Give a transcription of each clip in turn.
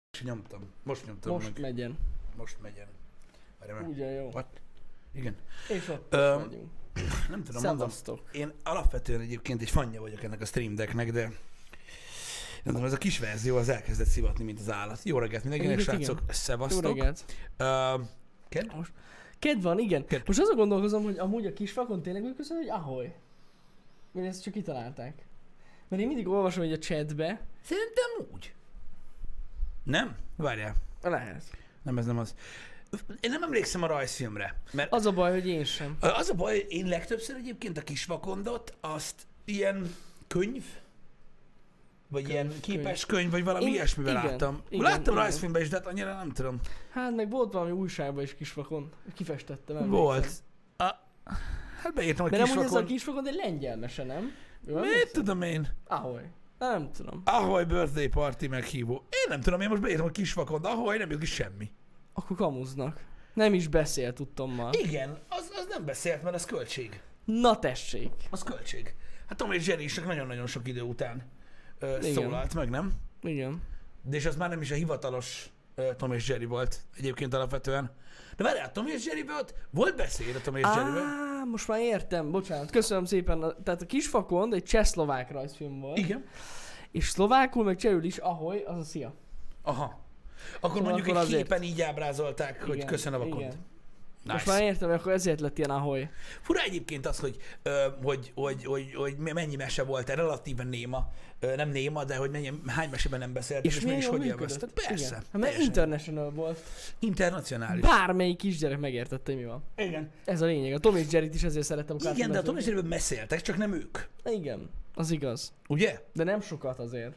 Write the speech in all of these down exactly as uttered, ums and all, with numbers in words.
Nyomtam. Most nyomtam Most meg. megyen. Most megyen. Várjál meg. Ugye jó. What? Igen. És ott Ö, is megyünk. Nem tudom, mondom. Szevasztok. Én alapvetően egyébként egy fanja vagyok ennek a Stream Decknek, de nem tudom, ez a kis verzió az elkezdett szivatni, mint az állat. Jó reggelt mindenkinek, Igen, srácok. Jó Szevasztok. reggelt. Uh, Kedv? Most. Kedv van, igen. Kedv. Most azon gondolkozom, hogy amúgy a kisfakon tényleg úgy köszön, hogy ahoy. Vagy ezt csak kitalálták. Mert én mindig olvasom hogy a chatbe. Szerintem úgy. Nem? Várjál. Lehet. Nem, ez nem az. Én nem emlékszem a rajzfilmre. Mert Az a baj, hogy én sem. az a baj, én legtöbbször egyébként a kisvakondot azt ilyen könyv, vagy Könyv, ilyen képes könyv, vagy valami Én- ilyesmivel igen, láttam. igen, Láttam igen. rajzfilmben is, de hát annyira nem tudom. Hát meg volt valami újságban is kisfakon. Kifestettem. emlékszem. Volt. A, hát beírtam, hogy De nem úgy ez a kisvakon. kisfakon, de lengyel mese, nem? Jó, Mit emlékszem? tudom én? Ahoy. Nem tudom. Ahoy birthday party meghívó. Én nem tudom, én most beírtam, hogy kisvakon, de ahoy nem jött ki semmi. Akkor kamuznak. Nem is beszél tudtommal. Igen, az, az nem beszélt, mert az költség. Na tessék. Az költség. Hát Tom és Jerry is csak nagyon-nagyon sok idő után ö, Igen. szólalt meg, nem? Igen. De és az már nem is a hivatalos uh, Tom és Jerry volt egyébként alapvetően. De várjál, Tom és Jerry volt? Volt beszéd a Tom és Jerryben? Á, most már értem, bocsánat. Köszönöm szépen. A- Tehát a Kisfakon egy cseh-szlovák rajzfilm volt. Igen. És szlovákul, meg csehül is, ahoy, az a szia. Aha. Akkor Szóval mondjuk akkor egy azért. képen így ábrázolták, hogy Igen, köszön a vakond. igen. Nice. Most már értem, hogy akkor ezért lett ilyen ahoy. Fura egyébként az, hogy, ö, hogy, hogy, hogy, hogy mennyi mese volt, relatíven néma, ö, nem néma, de hogy mennyi, hány mesében nem beszéltek, és, és milyen mégis jól hogy működött. élvezted. Persze, Igen. Hát mert teljesen. international volt. Internacionális. Bármelyik kisgyerek megértette, mi van. Igen. Ez a lényeg. A Tom és Jerryt is ezért szeretem a Igen, de a Tom Cartoon és Jerryben beszéltek, csak nem ők. Network. Igen, az igaz. Ugye? De nem sokat azért.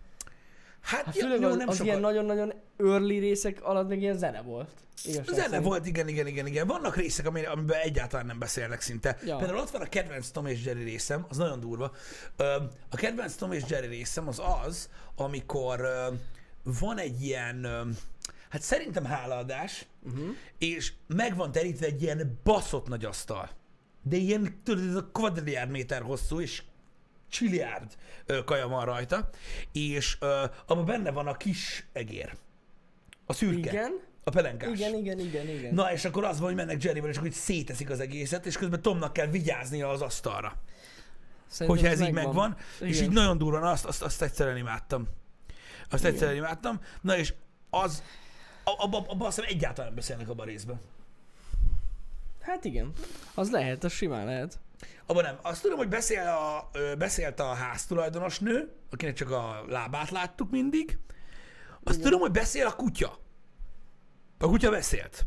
Hát, Hát ja, főleg jó, az, nem az sokat. ilyen nagyon-nagyon early részek alatt meg ilyen zene volt. Igazság Zene szerint. volt, igen, igen, igen, igen. Vannak részek, ami- amiben egyáltalán nem beszélnek szinte. Ja. Például ott van a kedvenc Tom és Jerry részem, az nagyon durva. Ö, A kedvenc Tom és Jerry részem az az, amikor ö, van egy ilyen, ö, hát szerintem hálaadás, Uh-huh. és meg van terítve egy ilyen baszott nagy asztal. De ilyen, tudod, ez a kvadriárd méter hosszú, és csiliárd ö, kaja van rajta, és ö, abban benne van a kis egér. A szürke. Igen, A pelenkás. igen, igen, igen, igen. Na, és akkor az van, hogy mennek Jerryvel, és akkor így széteszik az egészet, és közben Tomnak kell vigyáznia az asztalra. Szerintem Hogyha ez így megvan. És Igen. így nagyon durva, na, azt, azt, azt egyszerűen imádtam. Azt Igen. egyszerűen imádtam. Na, és az, abban abba azt hiszem egyáltalán nem beszélnek abban a részben. Hát igen, az lehet, az simán lehet. Abban nem. Azt tudom, hogy beszél a, ö, beszélt a háztulajdonos nő, akinek csak a lábát láttuk mindig. Azt Igen. tudom, hogy beszél a kutya. A kutya beszélt.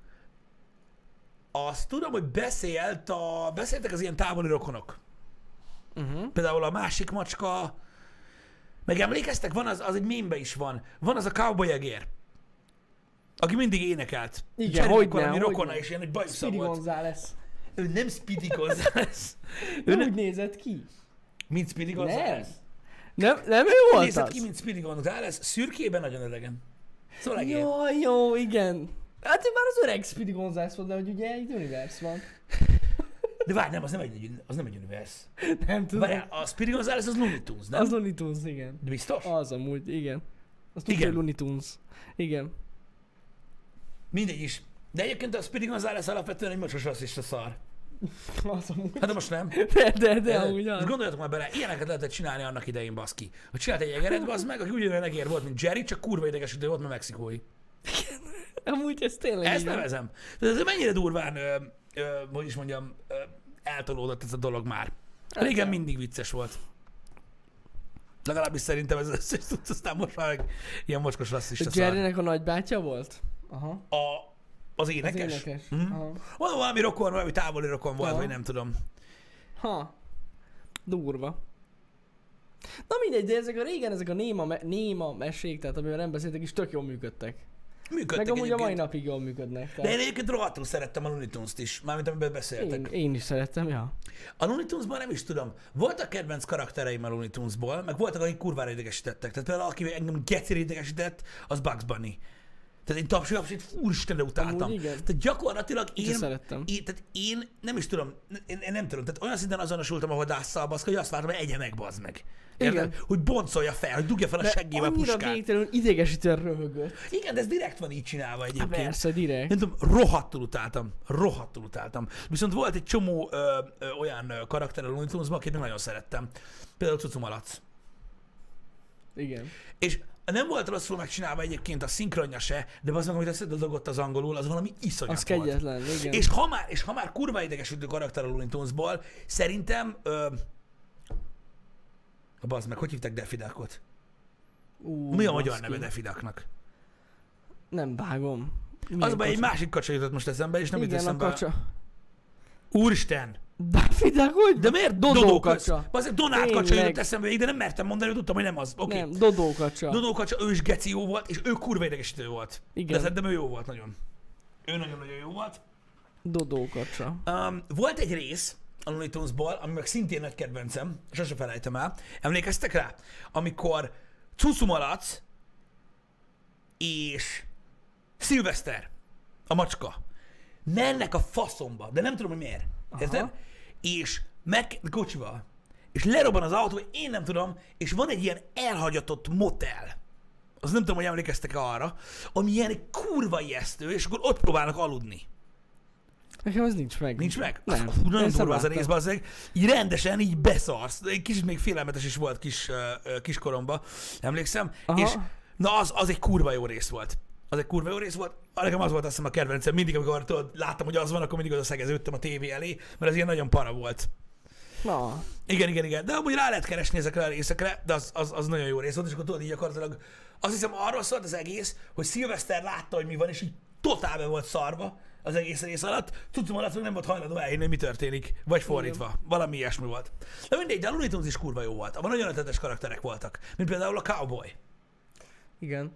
Azt tudom, hogy beszélt a, beszéltek az ilyen távoli rokonok. Uh-huh. Például a másik macska, meg emlékeztek? Van az, az egy mémbe is van. Van az a cowboy egér, aki mindig énekelt. Igen, Cserének hogyne, valami hogyne. rokona, és ilyen egy bajusza Speedy volt. González. Ő nem Speedy González. ő Nem nem, úgy nézett ki. mint Speedy Nem. González. Nem, nem ő Úgy volt nézett az? ki, mint Speedy González, szürkében nagyon elegen. Szóval egér. Jó, jó, igen. Hát ő már az öreg Speedy González volt, de hogy ugye egy universe van. De várj, nem, az nem egy, az nem egy universe. Nem tudom. Várjál, a Speedy González az Looney Tunes, nem? Az Looney Tunes, igen. De biztos? Az amúgy, igen. Az tudja, Igen. hogy Looney Tunes. Igen. Mindegy is. De egyébként a Speedy González alapvetően egy mocsos rasszista szar. Az amúgy. Hát de most nem. De, de, de amúgy Most az. gondoljatok már bele, ilyeneket lehetett csinálni annak idején, baszki. Hogy csinált egy egeret, bazd meg, aki ugyanolyan egér volt, mint Jerry, csak kurva idegesítő volt, mert mexikói. Amúgy ez tényleg Ezt így van. nevezem. Tehát ez mennyire durván, ö, ö, hogy is mondjam, ö, eltolódott ez a dolog már. Régen Hát, mindig vicces volt. Legalábbis szerintem ez összes tudsz, aztán most már meg ilyen mocskos rasszista A szar. Jerrynek a nagybátyja volt? Aha. A, az Az énekes? énekes. Mhm. Aha. Mondom, valami rokon, valami távoli rokon volt, Aha. vagy nem tudom. Ha. Durva. Na mindegy, de ezek a régen, ezek a néma, me- néma mesék, tehát amivel nem beszéltek is tök jól működtek. Működtek Meg amúgy a egyébként. mai napig jól működnek. De én Tehát egyébként rohadtul szerettem a Looney Tunes-t is, mármint amiben beszéltek. én, én is szerettem, ja. A Looney Tunes-ban nem is tudom. Voltak kedvenc karaktereim a Looney Tunes-ból, meg voltak, akik kurvára idegesítettek. Tehát például aki engem gecire idegesített, az Bugs Bunny. Tehát én Tapsi Tapsit úristenre utáltam. Amúgy igen. Tehát gyakorlatilag Én én, szerettem. én, tehát én nem is tudom, én, én nem tudom, tehát olyan szinten azonosultam a vadásszal, baszka, hogy azt vártam, hogy egye meg, bazd meg. Érted? Igen. Hogy boncolja fel, hogy dugja fel a De seggével a annyira puskát. végtelenül idegesítően röhögött. Igen, de ez direkt van így csinálva Hát egyébként. persze, direkt. Nem tudom, rohadtul utáltam. Rohadtul utáltam. Viszont volt egy csomó ö, ö, olyan ö, karakter a Looney Tunesban, akit nagyon szerettem. Például Cucu Malac. Igen. És nem volt rosszul megcsinálva egyébként a szinkronja se, de az meg, amit összedolgott az angolul, az valami iszonyat Az volt. kegyetlen, igen. És ha már, és ha már kurva idegesítő karakter a Looney Tunesból, szerintem... Ö, bazd meg, hogy hívták Daffy Duckot? Ú, Mi a magyar baszki. neve Daffy Ducknak? Nem vágom. Milyen Az a baj, egy kacsa? másik kacsa jutott most eszembe, és nem jut Igen, a eszembe. kacsa. Úristen! Daffy Duck, hogy? De miért Dodó Dodó kacsa. kacsa? Azért Donát kacsa Tényleg. jutott eszembe, de nem mertem mondani, hogy tudtam, hogy nem az. Oké. Nem, Dodó kacsa. Dodó kacsa, ő is geci jó volt, és ő kurva idegesítő volt. Igen. De szerintem ő jó volt nagyon. Ő nagyon-nagyon jó volt. Dodó kacsa. Um, volt egy rész a Looney Tunesból, ami meg szintén nagy kedvencem, sose felejtem el. Emlékeztek rá? Amikor Cucu Malac és Szilveszter, a macska, mennek a faszomba, de nem tudom, hogy miért. Érted? És meg kocsival. És lerobban az autó, én nem tudom, és van egy ilyen elhagyatott motel. Az nem tudom, hogy emlékeztek arra, ami ilyen egy kurva ijesztő, és akkor ott próbálnak aludni. Nekem ez nincs meg. Nincs meg? Nem. Fú, nagyon Ezt nem durva az a láttam. rész, bazzeg. Így rendesen, így beszarsz. Egy kicsit még félelmetes is volt kis, uh, kiskoromban, emlékszem. Aha. És na, az, az egy kurva jó rész volt. Az egy kurva jó rész volt. Nekem az volt azt hiszem a kedvencem. Mindig, amikor tudod, láttam, hogy az van, akkor mindig oda szegeződtem a tévé elé, mert ez ilyen nagyon para volt. Na, Igen, igen, igen. De amúgy rá lehet keresni ezekre a részekre, de az, az, az nagyon jó rész volt, és akkor tudod így gyakorlatilag. Azt hiszem arról szólt az egész, hogy Szilveszter látta, hogy mi van, és így totál be volt szarva az egész rész alatt. Cucum alatt meg nem volt hajlandó elhinni, hogy mi történik. Vagy fordítva. Igen. Valami ilyesmi volt. De mindegy, de a Looney Tunes is kurva jó volt. Abban nagyon ötletes karakterek voltak. Mint például a Cowboy. igen.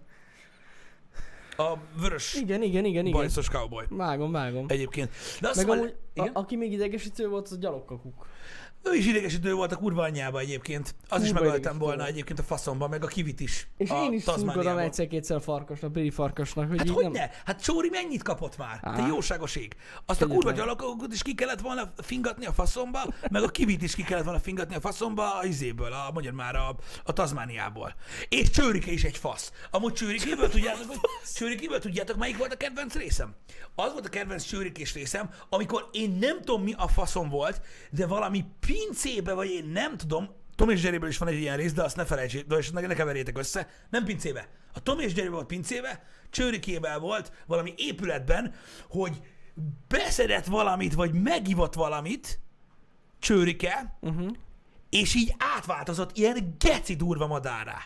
A vörös Igen, igen, igen, igen. bajszos Cowboy. Vágom, vágom. Egyébként. De azt Meg mondom, amúgy, igen? a, aki még idegesítő volt, az a gyalogkakuk. Ő is idegesítő volt a kurva anyjába egyébként. Az is Kurva megöltem idegesítő volna volt. egyébként a faszomban, meg a kivit is. És a én is szurkolom Tasmaniában. egyszer-kétszer a farkasnak, Brady farkasnak, hogy Hát így hogy nem... ne? Hát Csóri mennyit kapott már? Te Á. jóságos ég. Azt a Kegyetlen. kurva gyalogokot is ki kellett volna fingatni a faszomba, meg a kivit is ki kellett volna fingatni a faszomba a izéből, a mondjad már a, a Tasmániából. És Csőrike is egy fasz. Amúgy Csőrikéből tudjátok, hogy Csőrikéből tudjátok, melyik volt a kedvenc részem? Az volt a kedvenc Csőrikés részem, amikor én nem tudom mi a faszom volt, de valami pincébe, vagy én nem tudom, Tom és Jerryből is van egy ilyen rész, de azt ne felejtsétek, és ne keverjétek össze, nem pincébe. A Tom és Jerry volt pincébe, Csőrikében volt valami épületben, hogy beszedett valamit, vagy megivott valamit, Csőrike, Uh-huh. és így átváltozott ilyen geci durva madárrá.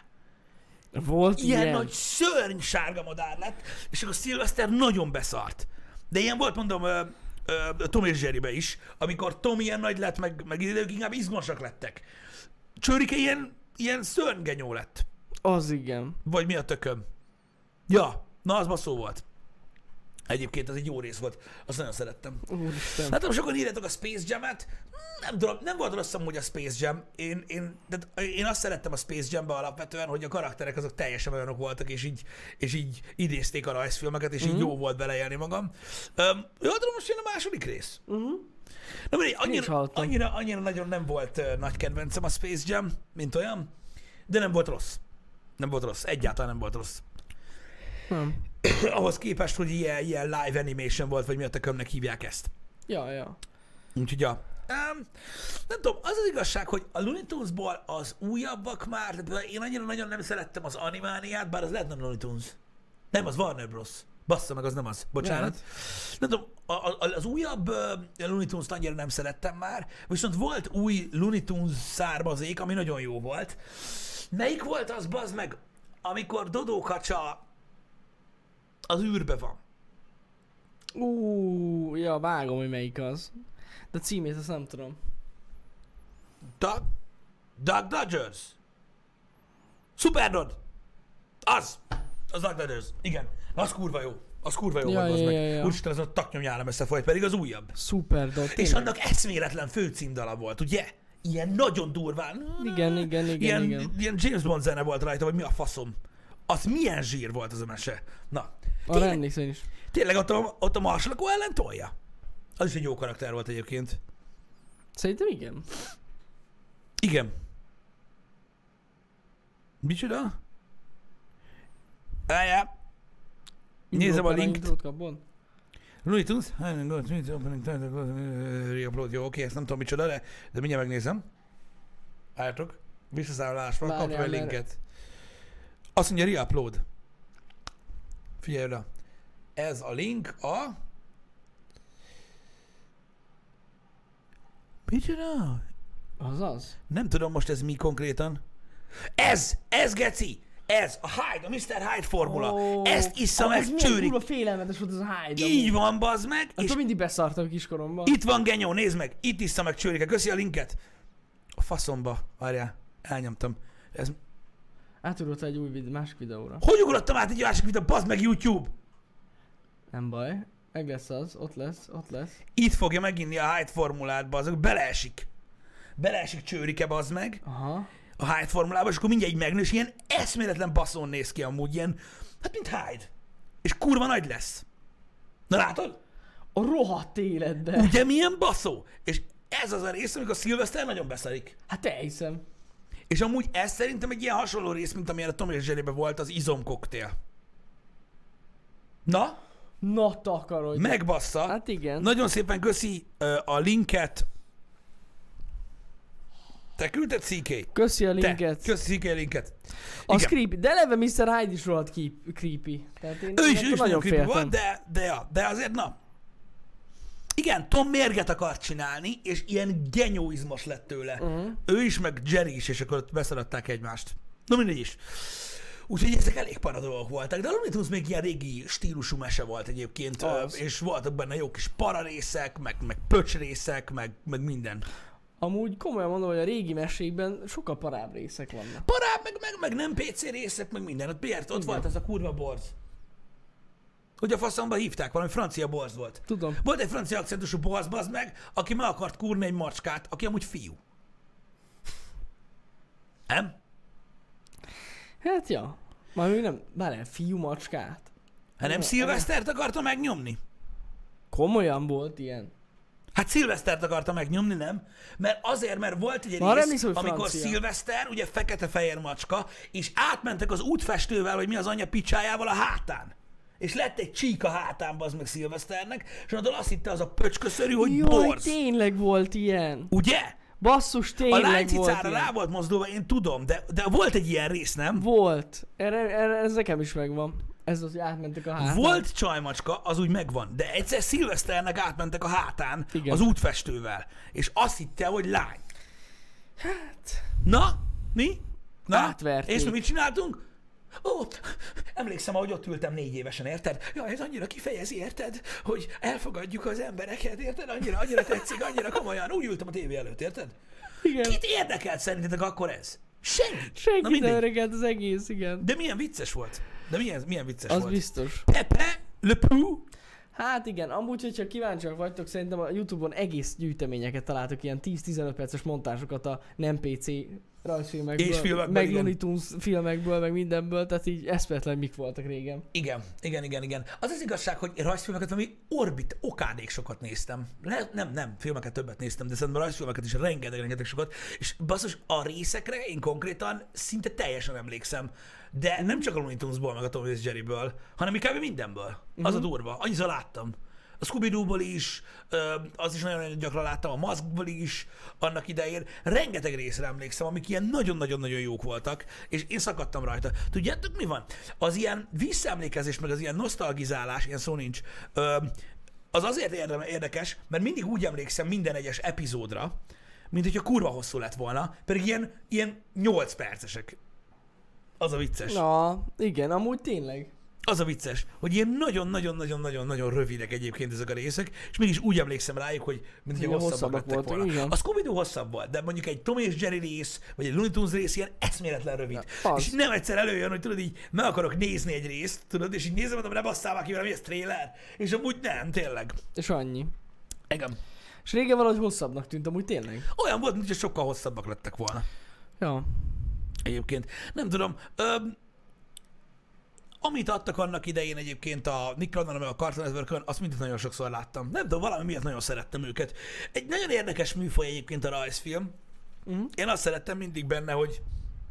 Volt Ilyen, ilyen. nagy szörny sárga madár lett, és akkor Szilveszter nagyon beszart. De ilyen volt, mondom, ö, ö, Tom és Jerrybe is, amikor Tom ilyen nagy lett, meg, meg idők inkább izgalmasak lettek. Csőrike ilyen, ilyen szörnygenyó lett. Az igen. Vagy mi a tököm? Ja, na az baszó volt. Egyébként ez egy jó rész volt, azt nagyon szerettem. Úristen. Hát tudom, sokan írjátok a Space Jam-et, nem tudom, nem volt rossz amúgy a Space Jam. Én, én, de én azt szerettem a Space Jam-be alapvetően, hogy a karakterek azok teljesen olyanok voltak, és így, és így idézték a rajzfilmeket, és így Mhm. jó volt beleélni magam. Um, jó, tudom, most jön a második rész. Uh-huh. Na, mindegy, is annyira, hallottam. annyira, annyira nagyon nem volt uh, nagy kedvencem a Space Jam, mint olyan, de nem volt rossz. Nem volt rossz, egyáltalán nem volt rossz. Nem. Ahhoz képest, hogy ilyen, ilyen live animation volt, vagy mi a tökömnek hívják ezt. Ja, ja. Úgyhogy ja. Um, nem tudom, az az igazság, hogy a Looney Tunesból az újabbak már, de én annyira nagyon nem szerettem az Animániát, bár az lehet nem Looney Tunes. Nem, az Warner Bros. Bassza meg, az nem az. Bocsánat. Lehet. Nem tudom, a, a, az újabb uh, Looney Tunes-t annyira nem szerettem már, viszont volt új Looney Tunes származék, ami nagyon jó volt. Melyik volt az, bazd meg, amikor Dodó kacsa az űrbe van? Ú, ja, vágom, hogy melyik az. De a címét azt nem tudom. Doug? Doug Dodgers? Superdod! Az! Az Doug Dodgers. Igen. Na, az kurva jó. Az kurva jó Ja, volt, bazd ja, meg. ja, ja. Úristen, az a taknyomnyálem összefolyt, pedig az újabb. Super dot. És annak eszméletlen főcímdala volt, ugye? Ilyen nagyon durván. Igen, igen, igen, ilyen, igen. ilyen James Bond zene volt rajta, vagy mi a faszom. az milyen zsír volt az a mese. Na, Arra emlékszem is. tényleg ott a, ott a marsalakó ellen tolja? Az is egy jó karakter volt egyébként. Szerintem igen. Igen. Micsoda? Ájá. Nézem a linkt. Looney Tunes? Reupload. Jó, oké, ezt nem tudom micsoda, de, de mindjárt megnézem. Álljatok. Visszaszámolásban kapom egy linket. Azt mondja, reupload. Figyelj oda. Ez a link a... Micsoda? Azaz? Nem tudom most ez mi konkrétan. Ez! Ez, geci! Ez! A Hyde, a miszter Hyde formula. Oh, ezt issza meg, csőrik. Ez milyen félelmetes volt az a Hyde. Így van, bazd meg. Attól és mindig beszartam kiskoromban. Itt van, genyó, nézd meg. Itt issza meg, csőrike. Köszi a linket. A faszomba. Várjál. Elnyomtam. Ez... Átugrott egy új videó, másik videóra. Hogy ugrottam át egy másik videó? Bazd meg YouTube! Nem baj. Meg lesz az. Ott lesz. Ott lesz. Itt fogja meginni a Hyde formulát, bazd. Beleesik. Beleesik csőrike, bazd meg. Aha. A Hyde formulába, és akkor mindjárt így megnő, és ilyen eszméletlen baszón néz ki amúgy, ilyen, hát mint Hyde. És kurva nagy lesz. Na látod? A rohadt életbe. Ugye milyen baszó? És ez az a rész, amikor a Sylvester nagyon beszarik. Hát elhiszem. És amúgy ez szerintem egy ilyen hasonló rész, mint amilyen a Tom és Jerryben volt az izomkoktél. Na? Na takarodj. Megbassza. Hát igen. Nagyon szépen köszi uh, a linket. Te küldted cé ká? Köszi a linket. Te, köszi cé ká linket. Az creepy. De eleve miszter Hyde is rohadt creepy. Tehát én ő is, ő is nagyon creepy féltem. volt, de, de, ja, de azért na. Igen, Tom mérget akart csinálni, és ilyen genyóizmos lett tőle. Uh-huh. Ő is, meg Jerry is, és akkor ott beszaradták egymást. Na mindegy is. Úgyhogy ezek elég para dolgok voltak, de a Looney Tunes még ilyen régi stílusú mese volt egyébként, az. És voltak benne jó kis para részek, meg, meg pöcs részek, meg, meg minden. Amúgy komolyan mondom, hogy a régi mesékben sokkal parább részek vannak. Parább, meg, meg, meg nem pé cé részek, meg minden. Ott miért? Ott igen. Volt ez a kurva borz. Hogy a faszomba hívták, valami francia borz volt. Tudom. Volt egy francia akcentusú borz, bazd meg, aki meg akart kúrni egy macskát, aki amúgy fiú. Nem? Hát ja. Már még nem, várjál, fiú macskát. Hát nem Szilvesztert akarta megnyomni? Komolyan volt ilyen. Hát Szilvesztert akarta megnyomni, nem? Mert azért, mert volt egy Már rész, nem amikor Szilveszter, ugye fekete-fehér macska, és átmentek az útfestővel, vagy mi az anyja picsájával a hátán. És lett egy csík a hátán, az meg Szilveszternek, és attól azt hitte az a pöcsköszörű, hogy Jaj, borz. Tényleg volt ilyen. Ugye? Basszus, tényleg a lány volt cicára rá volt mozdulva, én tudom, de, de volt egy ilyen rész, nem? Volt. Erre, erre, ez nekem is megvan. Ez az, hogy átmentek a hátán. Volt csajmacska, az úgy megvan, de egyszer Szilveszternek átmentek a hátán. Igen. Az útfestővel, és azt hitte, hogy lány. Hát... Na? Mi? Na? Átverték. És mi mit csináltunk? Ó, emlékszem, ahogy ott ültem négy évesen, érted? Jaj, ez annyira kifejezi, érted? Hogy elfogadjuk az embereket, érted? Annyira, annyira tetszik, annyira komolyan. Úgy ültem a tévé előtt, érted? Igen. Kit érdekelt szerintetek akkor ez? Senkit. Senki nem érdekelt az egész, igen. De milyen vicces volt. De milyen, milyen vicces az volt. Az biztos. Pepe Le Pew. Hát igen, amúgy, hogyha kíváncsiak vagytok, szerintem a YouTube-on egész gyűjteményeket találtok, ilyen tíz-tizenöt perces montázsokat a nem pé cé rajzfilmekből, és filmekből, meg Looney Tunes filmekből, meg mindenből, tehát így eszméletlen mik voltak régen. Igen, igen, igen, igen. Az az igazság, hogy rajzfilmeket, ami orbit, okádék sokat néztem. Le, nem, nem, filmeket többet néztem, de szerintem rajzfilmeket is rengeteg, rengeteg sokat. És basszus, a részekre én konkrétan szinte teljesen emlékszem. De nem csak a Looney Tunesból, meg a Tom és Jerryből, hanem kb. Mindenből. Uh-huh. Az a durva. Annyiszor láttam. A Scooby-Dooból is, az is nagyon gyakran láttam, a Maskból is annak idején. Rengeteg részre emlékszem, amik ilyen nagyon-nagyon-nagyon jók voltak, és én szakadtam rajta. Tudjátok, mi van? Az ilyen visszaemlékezés, meg az ilyen nosztalgizálás, ilyen szó nincs, az azért érdekes, mert mindig úgy emlékszem minden egyes epizódra, mint hogyha kurva hosszú lett volna, pedig ilyen, ilyen nyolc percesek. Az a vicces. Na, igen, amúgy tényleg. Az a vicces, hogy ilyen nagyon-nagyon-nagyon-nagyon-nagyon rövidek egyébként ezek a részek, és mégis úgy emlékszem rájuk, hogy mint hogy hosszabbak, hosszabbak lettek volna. Igen. A Scooby-Doo hosszabb volt, de mondjuk egy Tom és Jerry rész, vagy egy Looney Tunes rész ilyen eszméletlen rövid. Ja, és nem egyszer előjön, hogy tudod így, meg akarok nézni egy részt, tudod, és így nézem, mondom, ne basszál már ki velem, hogy ez trailer, és amúgy nem, tényleg. És annyi. Igen. És régen valahogy hosszabbnak tűnt, amúgy tényleg. Olyan volt, mintha sokkal hosszabbak lettek volna. Ja. Egyébként. Nem tudom, ö, Amit adtak annak idején egyébként a Nickelodeon, meg a Cartoon Networkön, azt mindig nagyon sokszor láttam. Nem tudom, valami miatt nagyon szerettem őket. Egy nagyon érdekes műfaj egyébként a rajzfilm. Uh-huh. Én azt szerettem mindig benne, hogy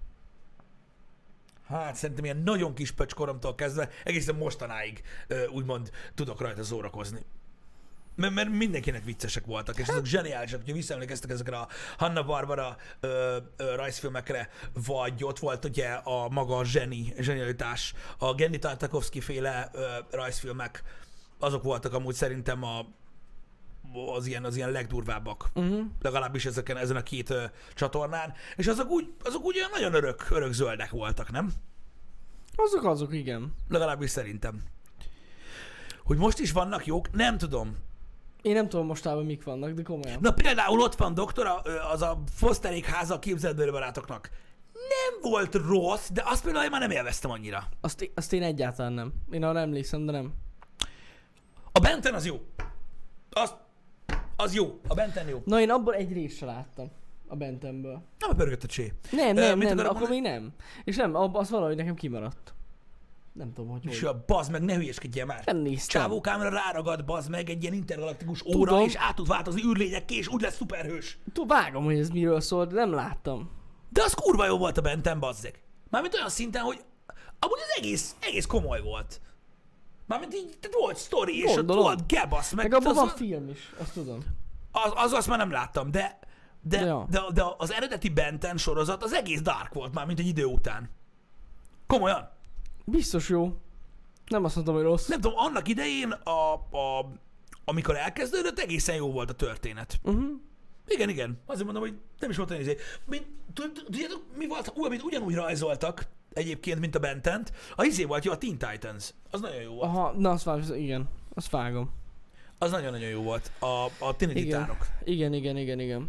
hát szerintem ilyen nagyon kis pöcs koromtól kezdve egészen mostanáig úgymond tudok rajta szórakozni. Mert, mert mindenkinek viccesek voltak, és azok zseniálisak, hogyha visszaemlékeztek ezekre a Hanna-Barbera ö, ö, rajzfilmekre, vagy ott volt ugye a maga a zseni, zsenialitás, a Gendy Tartakovsky féle ö, rajzfilmek, azok voltak amúgy szerintem a, az, ilyen, az ilyen legdurvábbak, uh-huh. legalábbis ezeken, ezen a két ö, csatornán, és azok úgy, azok úgy olyan nagyon örök, örök zöldek voltak, nem? Azok azok, igen. Legalábbis szerintem. Hogy most is vannak jók, nem tudom. Én nem tudom mostában mik vannak, de komolyan. Na például ott van doktora, az a Fosterék háza a képzeletbeli barátoknak. Nem volt rossz, de azt például én már nem élveztem annyira. Azt, azt én egyáltalán nem. Én arra emlékszem, de nem. A Benten az jó. Az, az jó. A Benten jó. Na én abból egy részt se láttam. A Bentenből. Nem a pörgött a csé. Nem, nem, Ö, nem, akkor mondani? még nem. És nem, az valahogy nekem kimaradt. Nem tudom, hogy És hogy. a bazd meg, ne hülyeskedjél már. Nem néztem. Csávókámra ráragad, bazd meg, egy ilyen intergalaktikus óra, Tudom. és át tud változni űrlényekké, és úgy lesz szuperhős. Tudom, vágom, hogy ez miről szól, de nem láttam. De az kurva jó volt a Benten, bazzeg. Mármint olyan szinten, hogy amúgy az egész, egész komoly volt. Mármint így tehát volt sztori, és ott Gondolom. volt gebasz, meg, Meg abban az, van film is, azt tudom. az, az, azt már nem láttam, de, de, Ja. de, de az eredeti Benten sorozat az egész dark volt már, mint egy idő után. Komolyan. Biztos jó. Nem azt mondtam, hogy rossz. Nem tudom, annak idején, a, a, amikor elkezdődött, egészen jó volt a történet. Uh-huh. Igen, igen. Azért mondom, hogy nem is volt olyan izé. Mint, tudjátok, mi volt, ú, amit ugyanúgy rajzoltak egyébként, mint a Bentent, a izé volt jó, a Teen Titans. Az nagyon jó volt. Aha, na azt vágom, igen. Azt vágom. Az nagyon-nagyon jó volt. A, a Trinity Igen. tárok. Igen, igen, igen, igen.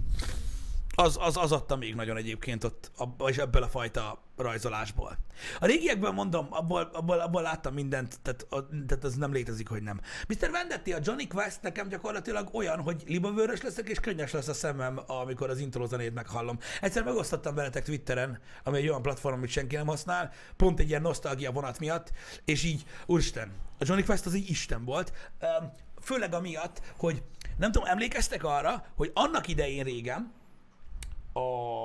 Az, az, az adta még nagyon egyébként ott, abba, és ebből a fajta rajzolásból. A régiekben mondom, abból, abból, abból láttam mindent, tehát, a, tehát az nem létezik, hogy nem. miszter Vendetti, a Johnny Quest nekem gyakorlatilag olyan, hogy libavőrös leszek, és könnyes lesz a szemem, amikor az intro zenét meghallom. Egyszer megosztottam veletek Twitteren, ami egy olyan platform, amit senki nem használ, pont egy ilyen nosztalgia vonat miatt, és így, úristen, a Johnny Quest az így Isten volt, főleg amiatt, hogy nem tudom, emlékeztek arra, hogy annak idején régen, a...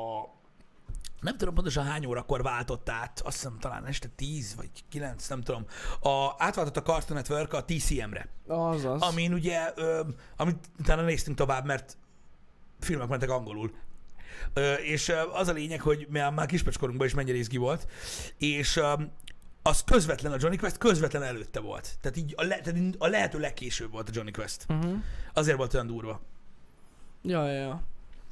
nem tudom pontosan hány órakor váltott át, azt hiszem talán este tíz vagy kilenc, nem tudom, a, átváltott a Cartoon Network a té cé em-re. Azaz. Amin ugye, ö, amit utána néztünk tovább, mert filmek mentek angolul. Ö, és ö, az a lényeg, hogy már, már kispeccskorunkban is mennyire izgi volt, és ö, az közvetlen, a Johnny Quest közvetlen előtte volt. Tehát így a, le, tehát így a lehető legkésőbb volt a Johnny Quest. Uh-huh. Azért volt olyan durva. Ja, ja, ja.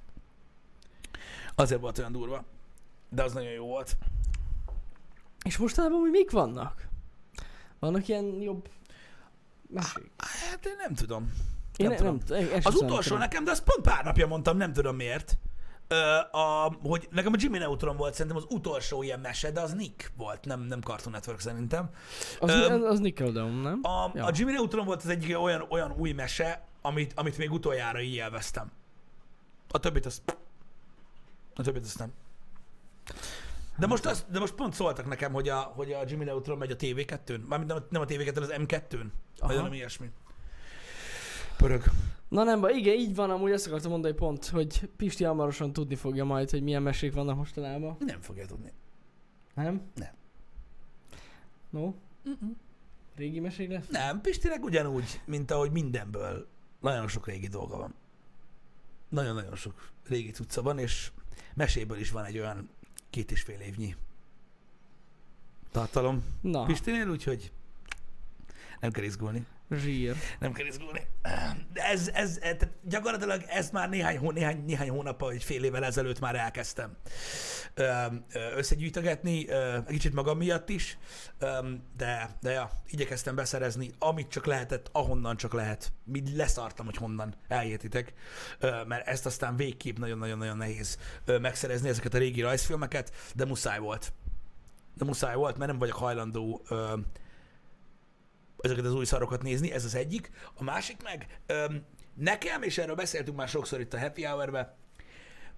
Azért volt olyan durva. De az nagyon jó volt. És mostanában úgy mik vannak? Vannak ilyen jobb mesék? Hát én nem tudom. Én nem nem, tudom. nem, nem Az utolsó nekem, de azt pont pár napja mondtam, nem tudom miért, ö, a, hogy nekem a Jimmy Neutron volt szerintem az utolsó ilyen mese, de az Nick volt, nem, nem Cartoon Network szerintem. Az, Öm, az Nickelodeon, nem? A, Ja. a Jimmy Neutron volt az egyik olyan, olyan új mese, amit, amit még utoljára így élveztem. A többit azt... A többit azt nem. De most, az, de most pont szóltak nekem, hogy a, hogy a Jimmy Neutron megy a té vé kettőn. Mármint nem a, nem a té vé kettőn, az em kettőn. Vagy valami ilyesmi. Pörög. Na nem baj, igen, így van, amúgy azt akartam mondani pont, hogy Pisti hamarosan tudni fogja majd, hogy milyen mesék vannak mostanában. Nem fogja tudni. Nem? Nem. No? Mm-mm. Régi mesék lesz? Nem, Pistinek ugyanúgy, mint ahogy mindenből. Nagyon sok régi dolga van. Nagyon-nagyon sok régi cucca van, és meséből is van egy olyan két és fél évnyi tartalom Na, Pistinél, úgyhogy nem kell izgulni. zsír. Nem kell izgulni. De ez, ez, tehát gyakorlatilag ez már néhány, hó, néhány, néhány hónappal, vagy fél évvel ezelőtt már elkezdtem ö, ö, összegyűjtögetni, ö, egy kicsit magam miatt is, ö, de, de ja, igyekeztem beszerezni, amit csak lehetett, ahonnan csak lehet. Mi leszartam, hogy honnan, elértitek, ö, mert ezt aztán végképp nagyon-nagyon-nagyon nehéz ö, megszerezni ezeket a régi rajzfilmeket, de muszáj volt. De muszáj volt, mert nem vagyok hajlandó ö, ezeket az új szarokat nézni, ez az egyik. A másik meg, öm, nekem, és erről beszéltünk már sokszor itt a Happy Hour-be,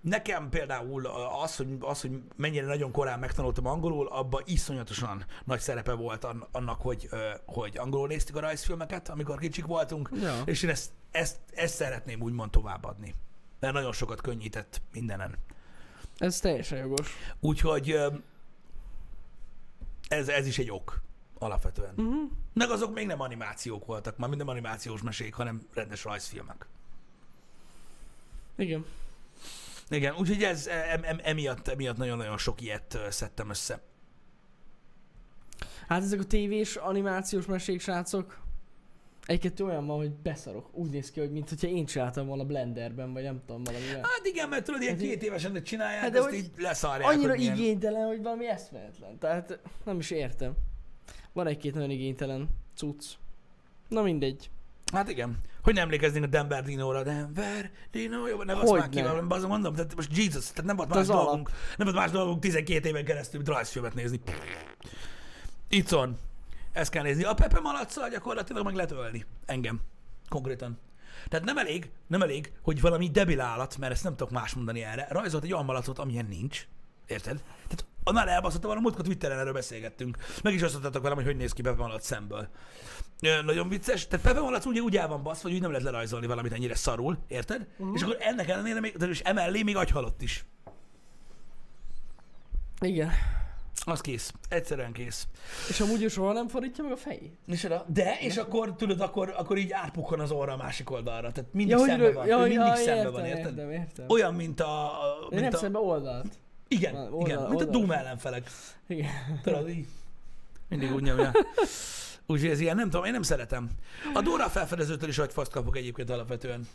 nekem például az hogy, az, hogy mennyire nagyon korán megtanultam angolul, abban iszonyatosan nagy szerepe volt annak, hogy, hogy angolul néztük a rajzfilmeket, amikor kicsik voltunk, Ja. és én ezt, ezt, ezt szeretném úgymond továbbadni. Mert nagyon sokat könnyített mindenen. Ez teljesen jogos. Úgyhogy ez, ez is egy ok alapvetően. Uh-huh. Meg azok még nem animációk voltak, már minden animációs mesék, hanem rendes rajzfilmek. Igen. Igen, úgyhogy ez em, em, emiatt, emiatt nagyon-nagyon sok ilyet ö, szedtem össze. Hát ezek a tévés animációs mesék, srácok, egy-kettő olyan van, hogy beszarok. Úgy néz ki, hogy mintha én csináltam volna Blenderben, vagy nem tudom, valamivel. Hát igen, mert tudod, ilyen Ez két évesen csinálják, Hát hát de ezt hogy így leszarják. Annyira hogy milyen... igénytelen, hogy valami eszméletlen. Tehát nem is értem. Van egy-két nagyon igénytelen cucc. Na mindegy. Hát igen. Hogy nem emlékeznénk a Denver Dinóra? Denver Dino, jó, ne basz Hogy már ki, ne? valami, bazd, mondom, tehát most Jesus, tehát nem volt De más az alap. dolgunk, nem volt más dolgunk tizenkét éven keresztül, mint rajzfilmet nézni. Itthon. Ezt kell nézni. A Pepe Malacccal gyakorlatilag meg lehet ölni. Engem. Konkrétan. Tehát nem elég, nem elég, hogy valami debil állat, mert ezt nem tudok más mondani erre, rajzolt egy olyan malacot, amilyen nincs. Érted? Tehát annál elbaszottam, van a múltkor Twitteren erről beszélgettünk. Meg is osztottátok velem, hogy hogy néz ki Pepe Malac szemből. Ö, nagyon vicces. Tehát Pepe Malac ugye úgy el van baszva, hogy úgy nem lehet lerajzolni valamit ennyire szarul. Érted? Uh-huh. És akkor ennek ellenére még, és emellé még agyhalott is. Igen. Az kész. Egyszerűen kész. És amúgy ő soha nem fordítja meg a fejét. És oda, de, és akkor tudod, akkor, akkor így átpukkan az orra a másik oldalra. Tehát mindig hogy szembe ő- van. ja, ő mindig ja, szembe értem, van, érted? Értem, értem. Olyan, mint a... a De mint nem a szembe oldalt. igen, Oldal- igen, mint a oldal. Doom ellenfelek. Igen. Tudod, így. Mindig úgy nyomja. Úgyhogy ez ilyen, nem tudom, én nem szeretem. A Dóra felfedezőtől is agyfaszt kapok egyébként alapvetően.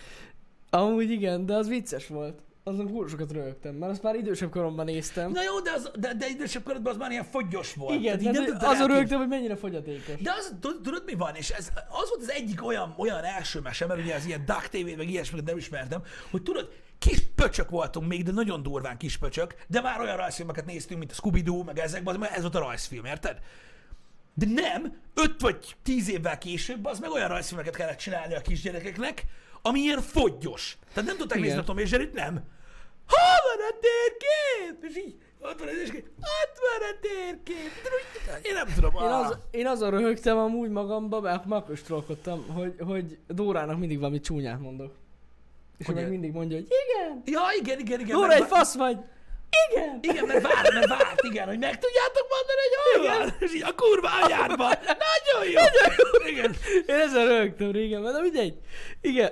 Amúgy igen, de az vicces volt. Azon kurva sokat röhögtem, mert azt már idősebb koromban néztem. Na jó, de, az, de, de idősebb korodban az már ilyen fogyos volt. Igen, Tehát így nem tehát tudtad azon elkép- röhögtem, hogy mennyire fogyatékos. De az, tud- tudod mi van? És ez, az volt az egyik olyan, olyan első mese, mert ugye az ilyen Duck té vé, meg ilyesmiket nem ismertem, hogy tudod, kis pöcsök voltunk még, de nagyon durván kis pöcsök, de már olyan rajzfilmeket néztünk, mint a Scooby-Doo, meg ezekben, mert ez volt a rajzfilm, érted? De nem, öt vagy tíz évvel később az meg olyan rajzfilmeket kellett csinálni a kisgyerekeknek, ami ilyen foggyos. Tehát nem tudták Igen. nézni a Tom és Jerryt, nem. Hol van a térkép? És így, ott van az és ott van a térkép. Én nem tudom. Én, ah. az, én azon röhögtem amúgy magamba, mert már akkor is trollkodtam, hogy, hogy Dórának mindig valami csúnyát mondok. És ő Hogy meg el- mindig mondja, hogy igen, Ja, igen, igen, igen. Dóra mert egy vá- fasz vagy. Igen. Igen, mert várt, mert várt, igen, hogy meg tudjátok mondani, hogy hol van. És így a kurva anyádban. Nagyon jó. Igen. Én ezen röhögtem régen, mert mindegy. Igen.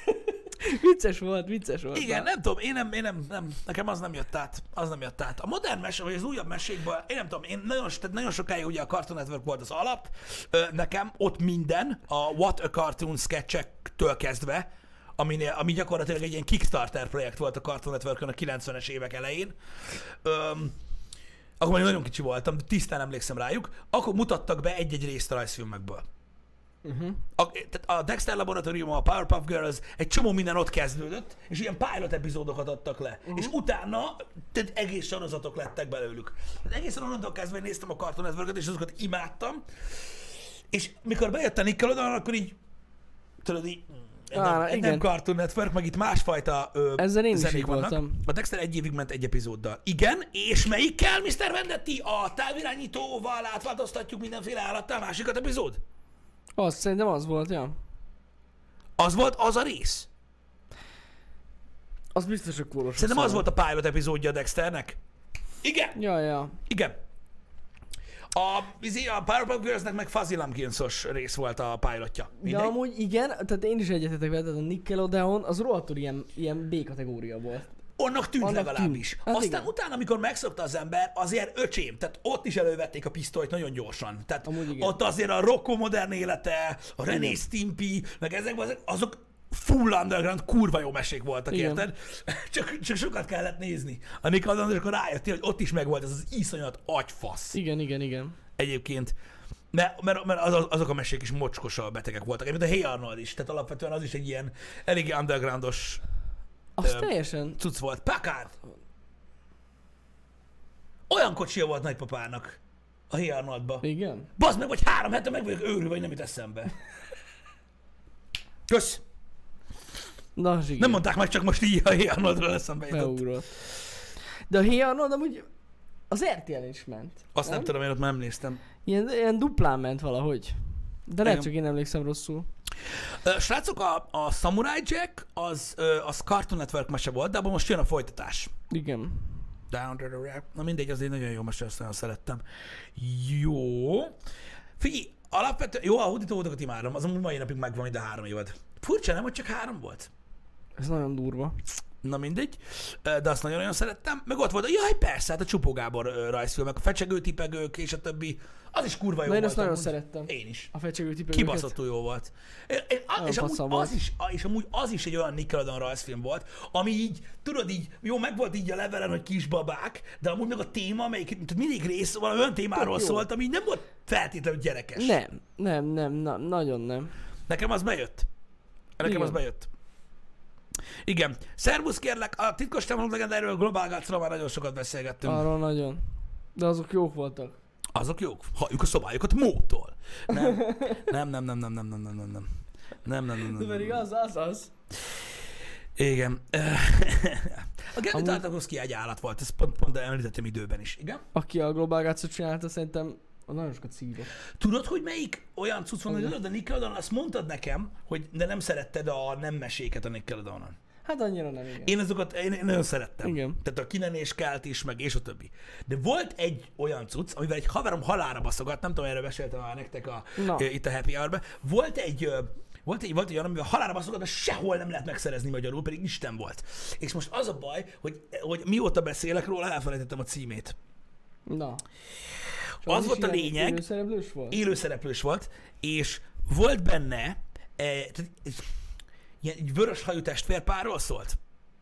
Vicces volt, vicces volt. Igen, már. nem tudom, én nem, én nem, nem, nekem az nem jött át, az nem jött át. A modern mese, vagy az újabb mesékből, én nem tudom, én nagyon, tehát nagyon sokáig ugye a Cartoon Network volt az alap, ö, nekem ott minden, a What a Cartoon sketchektől kezdve, ami, ami gyakorlatilag egy ilyen Kickstarter projekt volt a Cartoon Networkön a kilencvenes évek elején. Öm, akkor már nagyon kicsi voltam, de tisztán emlékszem rájuk, akkor mutattak be egy-egy részt a rajzfilmekből. Uh-huh. A, tehát a Dexter Laboratórium, a Powerpuff Girls, egy csomó minden ott kezdődött, és ilyen pilot epizódokat adtak le. Uh-huh. És utána tehát egész sorozatok lettek belőlük. Tehát egészen onnantól kezdve néztem a Cartoon Networköt, és azokat imádtam. És mikor bejött a Nickelodeon, akkor így, tudod így, Á, nem, igen. nem Cartoon Network, meg itt másfajta ö, Ezzel én is zenék így vannak. voltam. A Dexter egy évig ment egy epizóddal. Igen, és melyikkel, miszter Vendetti? A távirányítóval átváltoztatjuk mindenféle állattá, másikat epizód? Az, szerintem az volt, ja. Az volt az a rész. Az biztos, hogy kóros. Szerintem az volt a pilot epizódja a Dexternek. Igen, Ja, ja. igen. A, izé, a Powerpuff Girlsnek meg Fuzzy Lumpkinsos rész volt a pilotja. De Mindegy. amúgy igen, tehát én is egyetetek vele, tehát a Nickelodeon az rohadtul ilyen, ilyen B-kategória volt. Annak tűnt Annak legalábbis. tűnt. Hát Aztán igen. utána, amikor megszokta az ember, azért öcsém, tehát ott is elővették a pisztolyt nagyon gyorsan. Tehát Amúgy igen. ott azért a Rocco modern élete, a René Igen. Stimpy, meg ezekben azok, azok full underground, kurva jó mesék voltak, Igen. érted? Csak, csak sokat kellett nézni. A Nickelodeon, és akkor rájöttél, hogy ott is megvolt ez az iszonyat agyfasz. Igen, igen, igen. Egyébként. Mert, mert, mert az, azok a mesék is mocskosan betegek voltak. Egyébként a Hey Arnold is, tehát alapvetően az is egy ilyen eléggé undergroundos Az Ö, teljesen... cucc volt. Packard! Olyan kocsia volt nagypapának a Hey Arnoldba. Igen? Bazd meg, vagy három hete meg vagyok őrülve, vagy nem jut eszembe. Kösz! Na, az igen. Nem mondták meg, csak most így a Hey Arnoldról eszembe jutott. Beugrott. De a Hey Arnold amúgy az er té el is ment. Azt nem, nem tudom, én ott már nem néztem. Ilyen, ilyen duplán ment valahogy. De lehet, Igen. csak én emlékszem rosszul. Ö, Srácok, a, a Samurai Jack az, ö, az Cartoon Network mese volt, de abban most jön a folytatás. Igen. Down to the rap. Na mindegy, az egy nagyon jó mese, azt nagyon szerettem. Jó. Figyelj, alapvetően, jó, a hódítókat imádom, az amúgy mai napig megvan mind a három évad. Furcsa, nem, hogy csak három volt? Ez nagyon durva. Na mindegy, de azt nagyon-nagyon szerettem. Meg ott volt, a, jaj persze, hát a Csupó Gábor ö, rajzfilmek, a fecsegő tipegők és a többi. Az is kurva jó Na én volt. azt nagyon amúgy. szerettem. Én is. A fecsegő tipegőket. Kibaszottul jó volt. Én, én, a, és, amúgy fasz volt. az is, és amúgy az is egy olyan Nickelodeon rajzfilm volt, ami így, tudod így, jó, meg volt így a levelen, hogy kisbabák, de amúgy meg a téma, amelyik mindig rész valami olyan témáról Tök jó. szólt, ami nem volt feltétlenül gyerekes. Nem, nem, nem, na, nagyon nem. Nekem az bejött. Nekem Igen. az bejött. Igen. Szervusz kérlek, a titkos támadó legendáról, Global Guts-ról már nagyon sokat beszélgettünk. Arról nagyon. De azok jók voltak. Azok jók? Halljuk a szobájukat módtól. Nem. Nem, nem, nem, nem, nem, nem, nem, nem, nem. Nem, nem, nem, nem. De pedig nem. az, az, az. Igen. A Gary Amúgy- Tartakovsky egy állat volt, ezt pont, pont említettem időben is. Igen? Aki a Global Guts-ot csinálta, szerintem az nagyon sokat szívott. Tudod, hogy melyik olyan cucc van, hogy Igen. tudod, a Nickelodeon, azt mondtad nekem, hogy de nem szeretted a nem meséket a Nickelodeonon. Hát annyira nem, igen. Én azokat én, én nagyon szerettem. Igen. Tehát a kinenés kelt is, meg és a többi. De volt egy olyan cucc, amivel egy haverom halálra baszogat, nem tudom, erről meséltem már nektek a, Na. ö, itt a Happy Hour-ben. Volt egy, ö, volt egy, volt egy olyan, amivel halálra baszogat, de sehol nem lehet megszerezni magyarul, pedig Isten volt. És most az a baj, hogy, hogy mióta beszélek róla, elfelejtettem a címét. Na. És Az is volt a ilyen lényeg- élőszereplős volt? Élőszereplős volt, és volt benne e, tehát, egy, ilyen, egy vörös hajú testvérpárról szólt.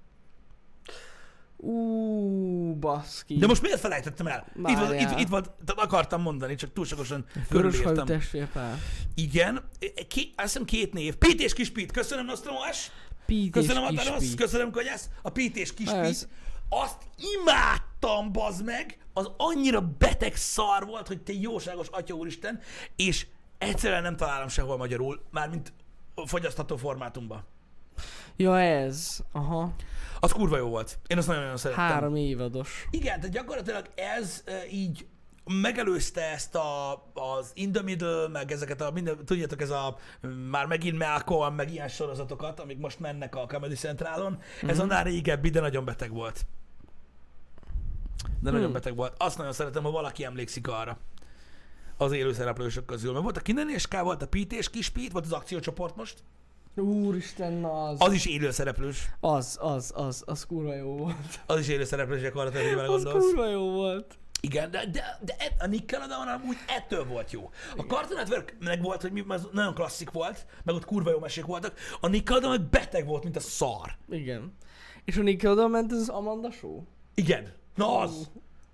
Ú, baszki. De most miért felejtettem el? Itt volt, Várjál. itt, itt volt, tehát akartam mondani, csak túlságosan Vörös hajú körülírtam. testvérpár. Igen, Ki, azt hiszem két név. Pít és Kis Pít, köszönöm Nostromás, Pít köszönöm és Atanos, Kispít. köszönöm Konyász, a Pít és Kis Ez. Pít. Azt imádtam, bazd meg, az annyira beteg szar volt, hogy te jóságos atya úristen, és egyszerűen nem találom sehol magyarul, mármint fogyasztható formátumban. Ja, ez. Aha. Az kurva jó volt. Én azt nagyon-nagyon szerettem. Három évados. Igen, tehát gyakorlatilag ez e, így megelőzte ezt a, az In the Middle, meg ezeket a minden, tudjátok, ez a már megint Malcolm, meg ilyen sorozatokat, amik most mennek a Comedy Centralon. Mm-hmm. Ez annál régebbi, de nagyon beteg volt. De nagyon Hmm. beteg volt. Azt nagyon szeretem, ha valaki emlékszik arra. Az élőszereplősök közül. Mert volt a Kinenéska, volt a Pít és Kis Pít, volt az akciócsoport most. Úristen, na az. Az is élőszereplős. Az, az, az, az kurva jó volt. Az is élőszereplős, gyakorlatilag, hogy vele Az gondolsz. kurva jó volt. Igen, de, de, de e- a Nickelodeon amúgy ettől volt jó. A Cartoon Network meg volt, hogy mi, az nagyon klasszik volt, meg ott kurva jó mesék voltak. A Nickelodeon meg beteg volt, mint a szar. Igen. És a Nickelodeon ment ez az Amanda Show? Igen. Na az.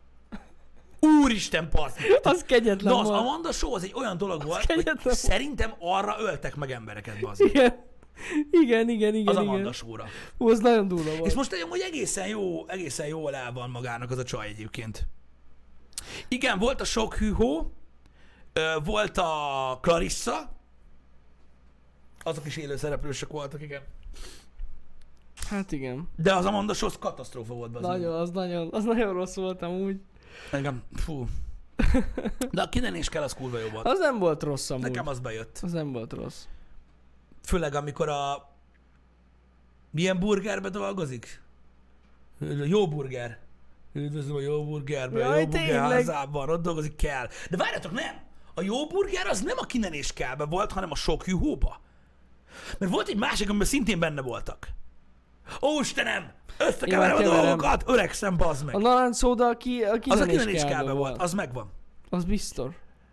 Úristen, passz. Az kegyetlen Na az volt. Amanda Show az egy olyan dolog volt, hogy kegyetlen volt. szerintem arra öltek meg embereket, bazd. Igen. Igen, igen, igen, Az igen. Amanda Show-ra. Ú, az nagyon durva volt. És most amúgy egészen jó, egészen jól el van magának az a csaj egyébként. Igen, volt a sok hűhó, ö, volt a Clarissa, azok is élő szereplősök voltak, igen. Hát igen. De az Amanda Show az katasztrófa volt. bazd meg. Nagyon, az nagyon, az nagyon rossz volt amúgy. Engem, fú. De a Kinenéska kell, az kurva jó volt. Az nem volt rossz amúgy. Nekem az bejött. Az nem volt rossz. Főleg amikor a... Milyen burgerbe dolgozik? Jó burger. Üdvözlöm a jó burgerbe, a Jaj, jó burger tényleg? házában, ott dolgozik kell. De várjatok, nem! A jó burger az nem a Kinenéskába volt, hanem a sok hűhóba. Mert volt egy másik, amiben szintén benne voltak. Ó, Istenem! Összekeverem a keverem. dolgokat! Öregszem, bazd meg! A narancsszóda, aki, aki Az a nem is Kinenéskába kell, volt, az megvan. Az biztos.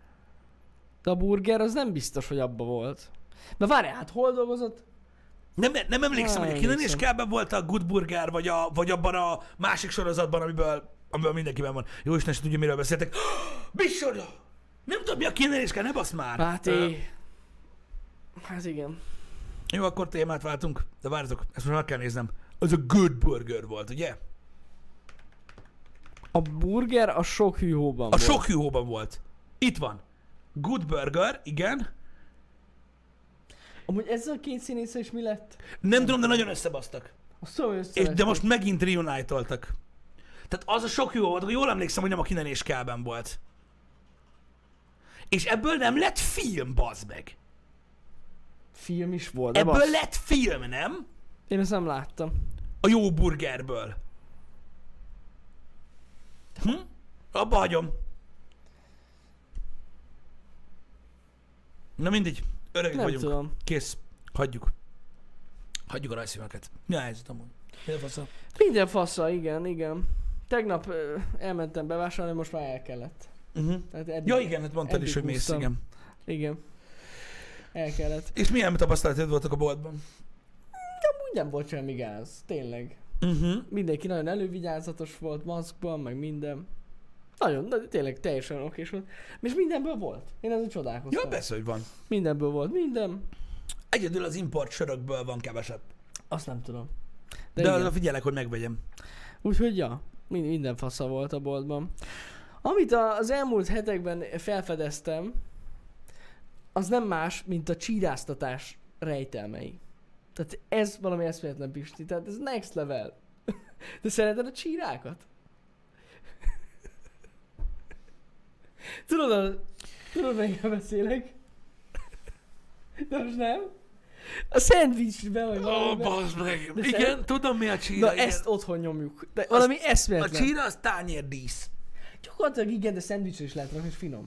De a burger az nem biztos, hogy abba volt. Na várjál, hát hol dolgozott? Nem, nem emlékszem, Nem hogy a emlékszem. Kinenéskába volt a Good Burger, vagy, a, vagy abban a másik sorozatban, amiből, amiből mindenkiben van. Jó Isten, se tudja, miről beszéltek. Micsoda! Nem tudom, mi a Kinenéská, ne basz már! Ö, Máté. Hát igen. Jó, akkor témát váltunk, de várjatok, ezt most meg kell néznem. Az a Good Burger volt, ugye? A burger a sok hűhóban A volt. sok hűhóban volt. Itt van. Good Burger, igen. Amúgy ezzel a két színésszel is mi lett? Nem tudom, de nagyon összebasztak. Azt tudom, hogy És, összeveszték. de most megint reunite-oltak. Tehát az a sok jó volt, jól emlékszem, hogy nem a Kinen és Kálben volt. És ebből nem lett film, bazd meg. Film is volt, de Ebből bassz. lett film, nem? Én ezt nem láttam. A jó burgerből. Hm? Abba hagyom. Na mindegy, öregek Nem vagyunk. tudom. Kész. Hagyjuk. Hagyjuk a rajzfilmeket. Mi a helyzet amúgy? Mi a faszom? Minden faszra, igen, igen. Tegnap ö, elmentem bevásárolni, most már el kellett. Uh-huh. Tehát eddig, Ja igen, hát mondtad eddig is, hogy mész, húztam. igen. Igen. El kellett. És milyen tapasztalatod voltak a boltban? Úgy nem volt semmi gáz, tényleg. Uh-huh. Mindenki nagyon elővigyázatos volt, maszkban, meg minden. Nagyon, de tényleg teljesen okés volt. És mindenből volt. Én azon csodálkoztam. Ja, persze, hogy van. Mindenből volt, minden. Egyedül az import sörökből van kevesebb. Azt nem tudom. De, De, De igen. arra figyelek, hogy megvegyem. Úgyhogy ja, mind- minden fasza volt a boltban. Amit a- az elmúlt hetekben felfedeztem, az nem más, mint a csíráztatás rejtelmei. Tehát ez valami eszméletlen, Pisti. Tehát ez next level. De szereted a csírákat? Tudod, a... Tudod, melyikről beszélek? De most nem? A szendvicsbe vagy Ó, valamiben. bazd meg. De Igen, szeret- tudom mi a csíra. Na igen. ezt otthon nyomjuk. De valami A eszméletlen. csíra az tányérdísz. Gyakorlatilag igen, de szendvicsre is lehet rakni, és finom.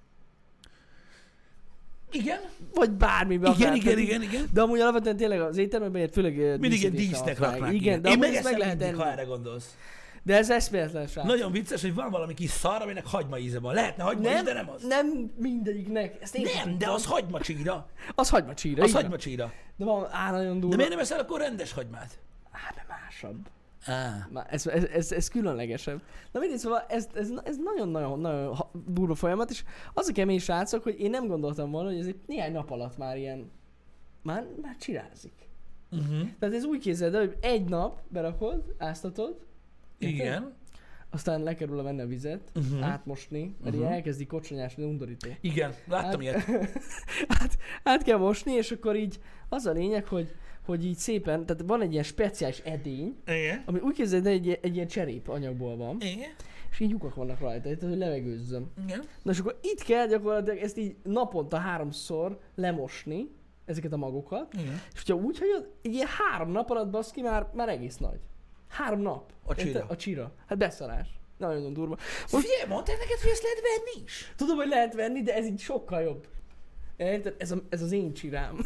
Igen? Vagy bármiben. Igen, akár. igen, Tehát- igen, igen. De amúgy alapvetően tényleg az éttermekben főleg ö, Mindig egy díszítésre dísznek használják. raknák. Igen, de Én amúgy ezt megeszem meg lehet mindig, enni. ha erre gondolsz. De ez eszméletlen, srác. Nagyon vicces, hogy van valami kis szar, aminek hagyma íze van. Lehetne hagyma nem, is, de nem az. nem mindegyiknek. Ezt én sem Nem, de tudtam. az hagyma csíra. Az hagyma csíra, Az igen. hagyma csíra. De van, á, nagyon durva. De miért nem eszel akkor rendes hagymát? Á, de másabb. Á. Már ez, ez, ez, ez különlegesebb. Na mindegy, szóval ez, ez, ez nagyon-nagyon nagyon ha- durva folyamat, és az a kemény srácok, hogy én nem gondoltam volna, hogy ez egy néhány nap alatt már ilyen, már, már csirázik. Uh-huh. Tehát ez úgy képzeld el, hogy egy nap berakod, áztatod, Igen. aztán lekerül a venni a vizet, Uh-huh. átmosni, mert Uh-huh. uh-huh. elkezdi kocsonyásni, undorító. Igen, láttam Hát- ilyet. át, át kell mosni, és akkor így az a lényeg, hogy, hogy így szépen, tehát van egy ilyen speciális edény, Igen. ami úgy képzeld el, egy, egy ilyen cserép anyagból van, Igen. és így lyukak vannak rajta, tehát hogy levegőzzöm. Igen. Na és akkor itt kell gyakorlatilag ezt így naponta háromszor lemosni, ezeket a magokat, Igen. és hogyha úgy hagyod, egy ilyen három nap alatt baszki már, már egész nagy. Három nap. A csira. Érted? A csira. Hát beszarás. Nagyon durva. Most figyelj, mondták neked, hogy ezt lehet venni is? Tudom, hogy lehet venni, de ez így sokkal jobb. Érted? Ez, a, ez az én csirám.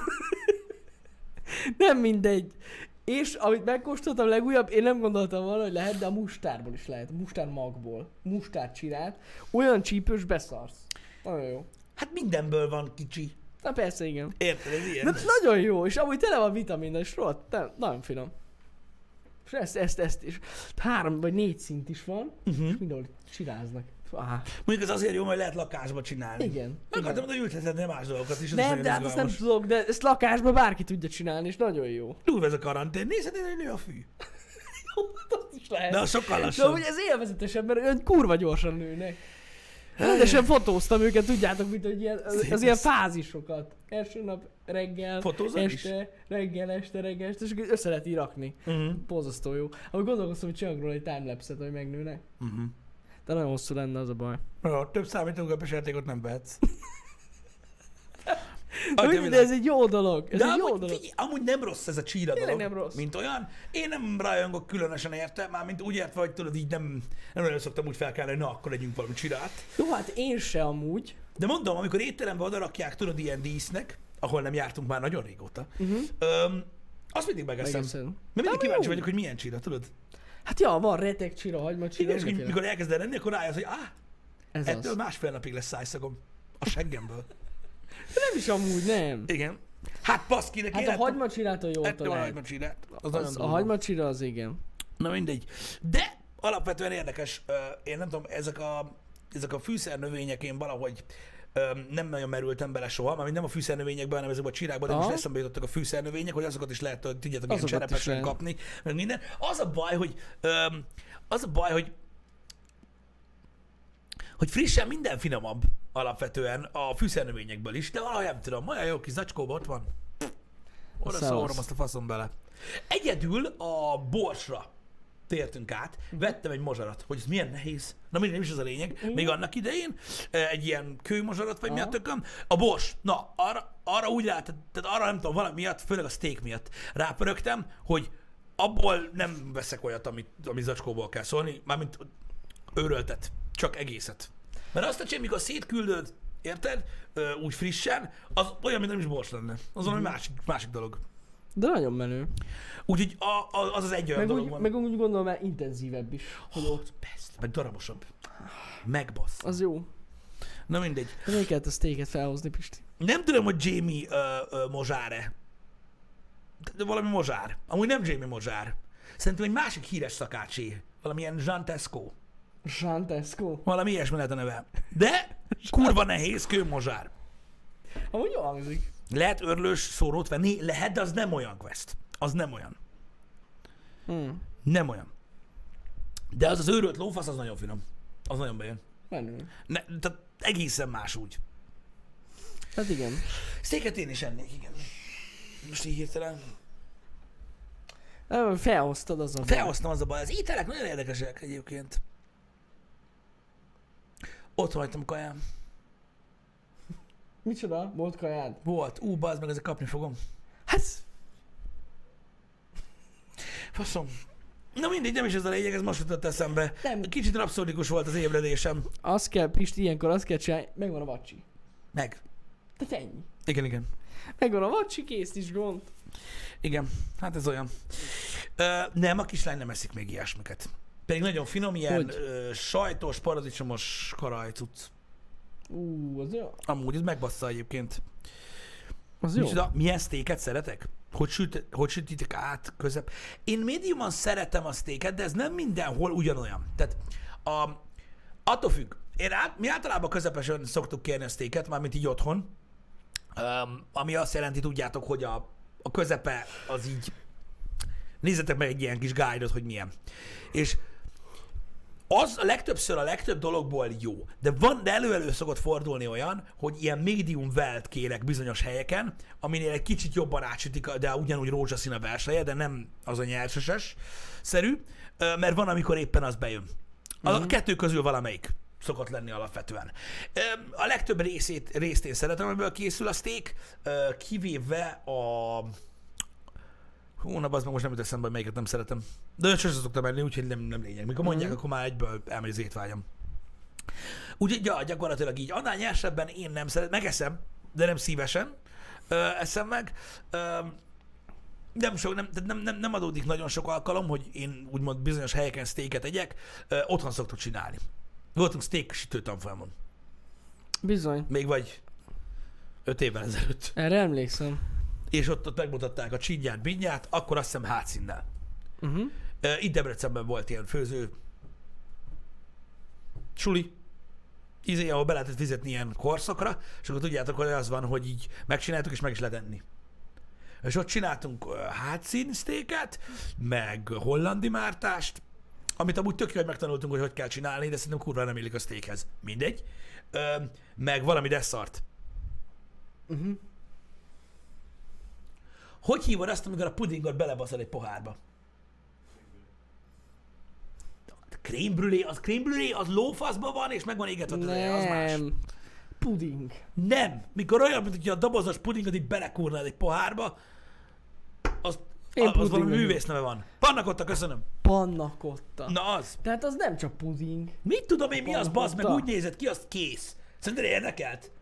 Nem mindegy. És amit megkóstoltam legújabb, én nem gondoltam volna, hogy lehet, de a mustárból is lehet. Mustár magból. Mustár csirát. Olyan csípős beszarsz. Nagyon jó. Hát mindenből van kicsi. Na persze, igen. Érted, ez ilyen? De nagyon jó, és amúgy tele van vitamina, és rohadt, nem, nagyon finom. És ezt, ezt, ezt is. Három vagy négy szint is van, Uh-huh. és mindenhol csiráznak. Á, Mondjuk ez azért jó, mert lehet lakásba csinálni. igen. Meg igen. akartam, hogy ültethetnél más dolgokat is. ez is Nem, nagyon de hát azt nem izgalmas. tudok, de ezt lakásban bárki tudja csinálni, és nagyon jó. Durva ez a karantén. Nézd, hogy nő a fű. Azt is lehet. De az sokkal De lassabb. amúgy ez élvezetesebb, mert olyan kurva gyorsan nőnek. Rendesen fotóztam őket, tudjátok, mint hogy ilyen, az, Szép az ilyen ez. fázisokat. Első nap reggel, Fotózol is? este, reggel, este, reggel, este, és akkor össze lehet így rakni. Uh-huh. Borzasztó jó. Ahogy gondolkoztam, hogy csinálok róla egy timelapse-et, hogy megnőnek. Uh-huh. De nagyon hosszú lenne, az a baj. Jó, több számítógépes játékot nem vehetsz. De, Atya mindegy, de ez egy jó dolog. Ez De egy jó amúgy, dolog. figyelj, amúgy nem rossz ez a csíra Tényleg dolog, nem rossz. mint olyan. Én nem rajongok különösen érte, mármint úgy értve, hogy tudod, így nem, nem nagyon szoktam úgy felkelni, hogy na, akkor legyünk valami csirát. Jó, hát én se amúgy. De mondom, amikor étterembe odarakják, tudod, ilyen dísznek, ahol nem jártunk már nagyon régóta, Uh-huh. öm, azt mindig megeszem. Megeszed. Mert mindig De kíváncsi jó. vagyok, hogy milyen csíra, tudod? Hát ja, van retek csira, hagyma csira. Igen, és hogy mindenféle. mikor elkezded enni, akkor rájössz, hogy áh, Ez ettől az. másfél napig lesz szájszagom. A seggemből. De nem is amúgy, nem. Igen. Hát baszki, neki Hát a hagyma csirától jó Ettől a lehet. hagyma csirát. Az, Az, nagyon a durva. hagyma csira az igen. Na mindegy. De alapvetően érdekes, ö, én nem tudom, ezek a, ezek a fűszernövények én valahogy ö, nem nagyon merültem bele soha, mármint nem a fűszernövényekben, hanem ezekben a csirákban, de Aha. most eszembe jutottak a fűszernövények, hogy azokat is lehet, hogy tudjátok, ilyen Azokat is cserepesen lehet. kapni, meg minden. Az a baj, hogy ö, az a baj, hogy hogy frissen minden finomabb alapvetően a fűszernövényekből is, de valahogy nem tudom, olyan jó kis zacskóban ott van. oda szórom azt a faszom bele. Egyedül a borsra tértünk át, vettem egy mozsarat, hogy ez milyen nehéz. Na mindegy, nem is ez a lényeg. Még annak idején egy ilyen kőmozsarat, vagy mi a tököm. A bors, na, arra, arra úgy rá, tehát arra nem tudom, valami miatt, főleg a steak miatt rápörögtem, hogy abból nem veszek olyat, amit, ami zacskóból kell szólni, mármint őröltet, csak egészet. Mert azt a csém, mikor szétküldöd, érted, Ö, úgy frissen, az olyan, mint nem is bors lenne. Az valami másik, másik dolog. De nagyon menő. Úgyhogy a, a, az az egy olyan Meg dolog úgy, van. meg úgy gondolom, már intenzívebb is. Oh, persze, meg darabosabb. Megbasz. Az jó. Na mindegy. Nem kellett a steaket felhozni, Pisti. Nem tudom, hogy Jamie uh, uh, Mozsár-e. De valami Mozsár. Amúgy nem Jamie Mozsár. Szerintem egy másik híres szakácsé. Valamilyen Jean Tesco. Jean Tesco. Valami ilyesmi lehet a neve. De kurva nehéz kő Mozsár. Amúgy jól hangzik. Lehet örlős szórót venni? Lehet, de az nem olyan quest. Az nem olyan. Hmm. Nem olyan. De az az őrölt lófasz, az nagyon finom. Az nagyon bejön. Menő. Ne, tehát egészen más úgy. Hát igen. Steaket én is ennék, igen. Most így hirtelen. Nem, felhoztad az a baj. Felhoztam az a baj. Az ételek nagyon érdekesek egyébként. Ott hagytam kajám. Micsoda? Volt kajád? Volt. Ú, bazd meg, ezzel kapni fogom. Hát... Faszom. Na mindegy, nem is ez a lényeg, ez most jutott eszembe. Nem. Kicsit rapszódikus volt az ébredésem. Azt kell, Pisti, ilyenkor azt kell csinálni, megvan a vacsi. Meg. Tehát ennyi. Igen, igen. Megvan a vacsi, kész, is gond. Igen, hát ez olyan. Ö, nem, a kislány nem eszik még ilyesmiket. Pedig nagyon finom, ilyen ö, sajtos, paradicsomos karajcuc. Ú, az jó. Amúgy ez megbassza egyébként. Az jó. Micsoda, milyen sztéket szeretek? Hogy, süt, hogy sütitek át közep? Én médiumon szeretem a sztéket, de ez nem mindenhol ugyanolyan. Tehát a, attól függ. Én át, mi általában közepesen szoktuk kérni a sztéket, mármint így otthon. Um, ami azt jelenti, tudjátok, hogy a, a közepe az így... Nézzetek meg egy ilyen kis guide-ot, hogy milyen. És az a legtöbbször a legtöbb dologból jó. De van, de elő-elő szokott fordulni olyan, hogy ilyen medium well-t kérek bizonyos helyeken, aminél egy kicsit jobban átsütik, de ugyanúgy rózsaszín a verseje, de nem az a nyerseses szerű, mert van, amikor éppen az bejön. A mm-hmm. kettő közül valamelyik szokott lenni alapvetően. A legtöbb részét, részt én szeretem, amiből készül a steak, kivéve a... Hú, na bazd meg, most nem jut eszembe, hogy melyiket nem szeretem. De olyan sosem szoktam enni, úgyhogy nem, nem lényeg. Mikor mondják, mm-hmm. akkor már egyből elmegy az étvágyam. Úgyhogy ja, gyakorlatilag így. Annál nyersebben én nem szeretem, megeszem, de nem szívesen ö, eszem meg. Ö, nem, sok, nem, nem, nem, nem adódik nagyon sok alkalom, hogy én úgymond bizonyos helyeken steaket egyek. Ö, otthon szoktuk csinálni. Voltunk steak sütő tanfolyamon. Bizony. Még vagy öt évvel ezelőtt. Erre emlékszem. És ott, ott megmutatták a csinyát, binyát, akkor azt hiszem hátszínnel. Uh-huh. Uh, itt Debrecenben volt ilyen főző suli, ízé, ahol be lehetett fizetni ilyen korszakra, és akkor tudjátok, hogy az van, hogy így megcsináltuk, és meg is lehet enni. És ott csináltunk uh, hátszín sztéket, meg hollandi mártást, amit amúgy tök jó, hogy megtanultunk, hogy hogy kell csinálni, de szerintem kurva nem illik a sztékhez. Mindegy. Uh, meg valami desszart. Uh-huh. Hogy hívod azt, amikor a pudingot belebaszol egy pohárba? Crème brûlée, az crème brûlée, az lófaszban van, és meg van égetve az eleje, az más. Nem. Puding. Nem. Mikor olyan, mint hogyha a dobozos pudingot így belekúrnád egy pohárba, az, Én az valami puding művész neve van. Panna cotta, köszönöm. Panna cotta. Na az. Tehát az nem csak puding. Mit tudom én, mi az, Panna bazd meg, cotta. úgy nézett ki, azt kész. Szerinted érdekelt?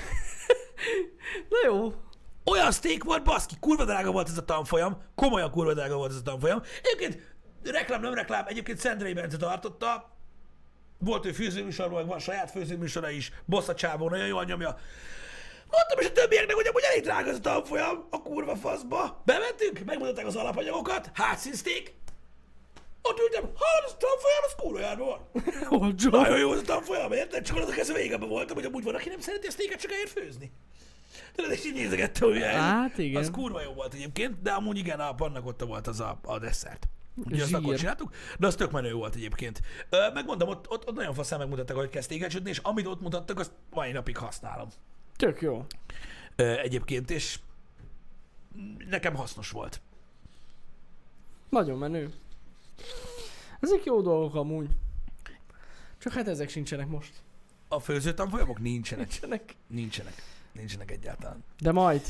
Na jó. Olyan steak volt, baszki, kurva drága volt ez a tanfolyam, komolyan kurva drága volt ez a tanfolyam. Egyébként reklám, nem reklám, egyébként Szendrei Bence tartotta, volt ő főzőműsorban, meg van saját főzőműsora is, Bossa csávó, nagyon jól nyomja. Mondtam is a többieknek, hogy amúgy elég drága ez a tanfolyam, a kurva faszba. Bementünk, megmutatták az alapanyagokat, hátszín steak. Ott ültem, hallod, ez a tanfolyam, az kurva járva van. Olcsó. Nagyon jó ez a tanfolyam, érted? Csak annak kezdve végeben voltam, hogy amúgy van, aki nem szereti a steaket, csak elért főzni. Tudod, és így nézegettem, hogy Hát igen. az kurva jó volt egyébként, de amúgy igen, a pannak ott volt az a, a desszert. Úgyhogy azt Zsír. akkor csináltuk, de az tök menő volt egyébként. Ö, megmondom, ott, ott, ott nagyon faszán megmutattak, hogy kell steaket sütni, és amit ott mutattak, azt mai napig használom. Tök jó. Ö, egyébként, és nekem hasznos volt. Nagyon menő. Ezek jó dolgok amúgy. Csak hát ezek sincsenek most. A főzőtanfolyamok nincsenek. Nincsenek. Nincsenek. Nincsenek egyáltalán. De majd.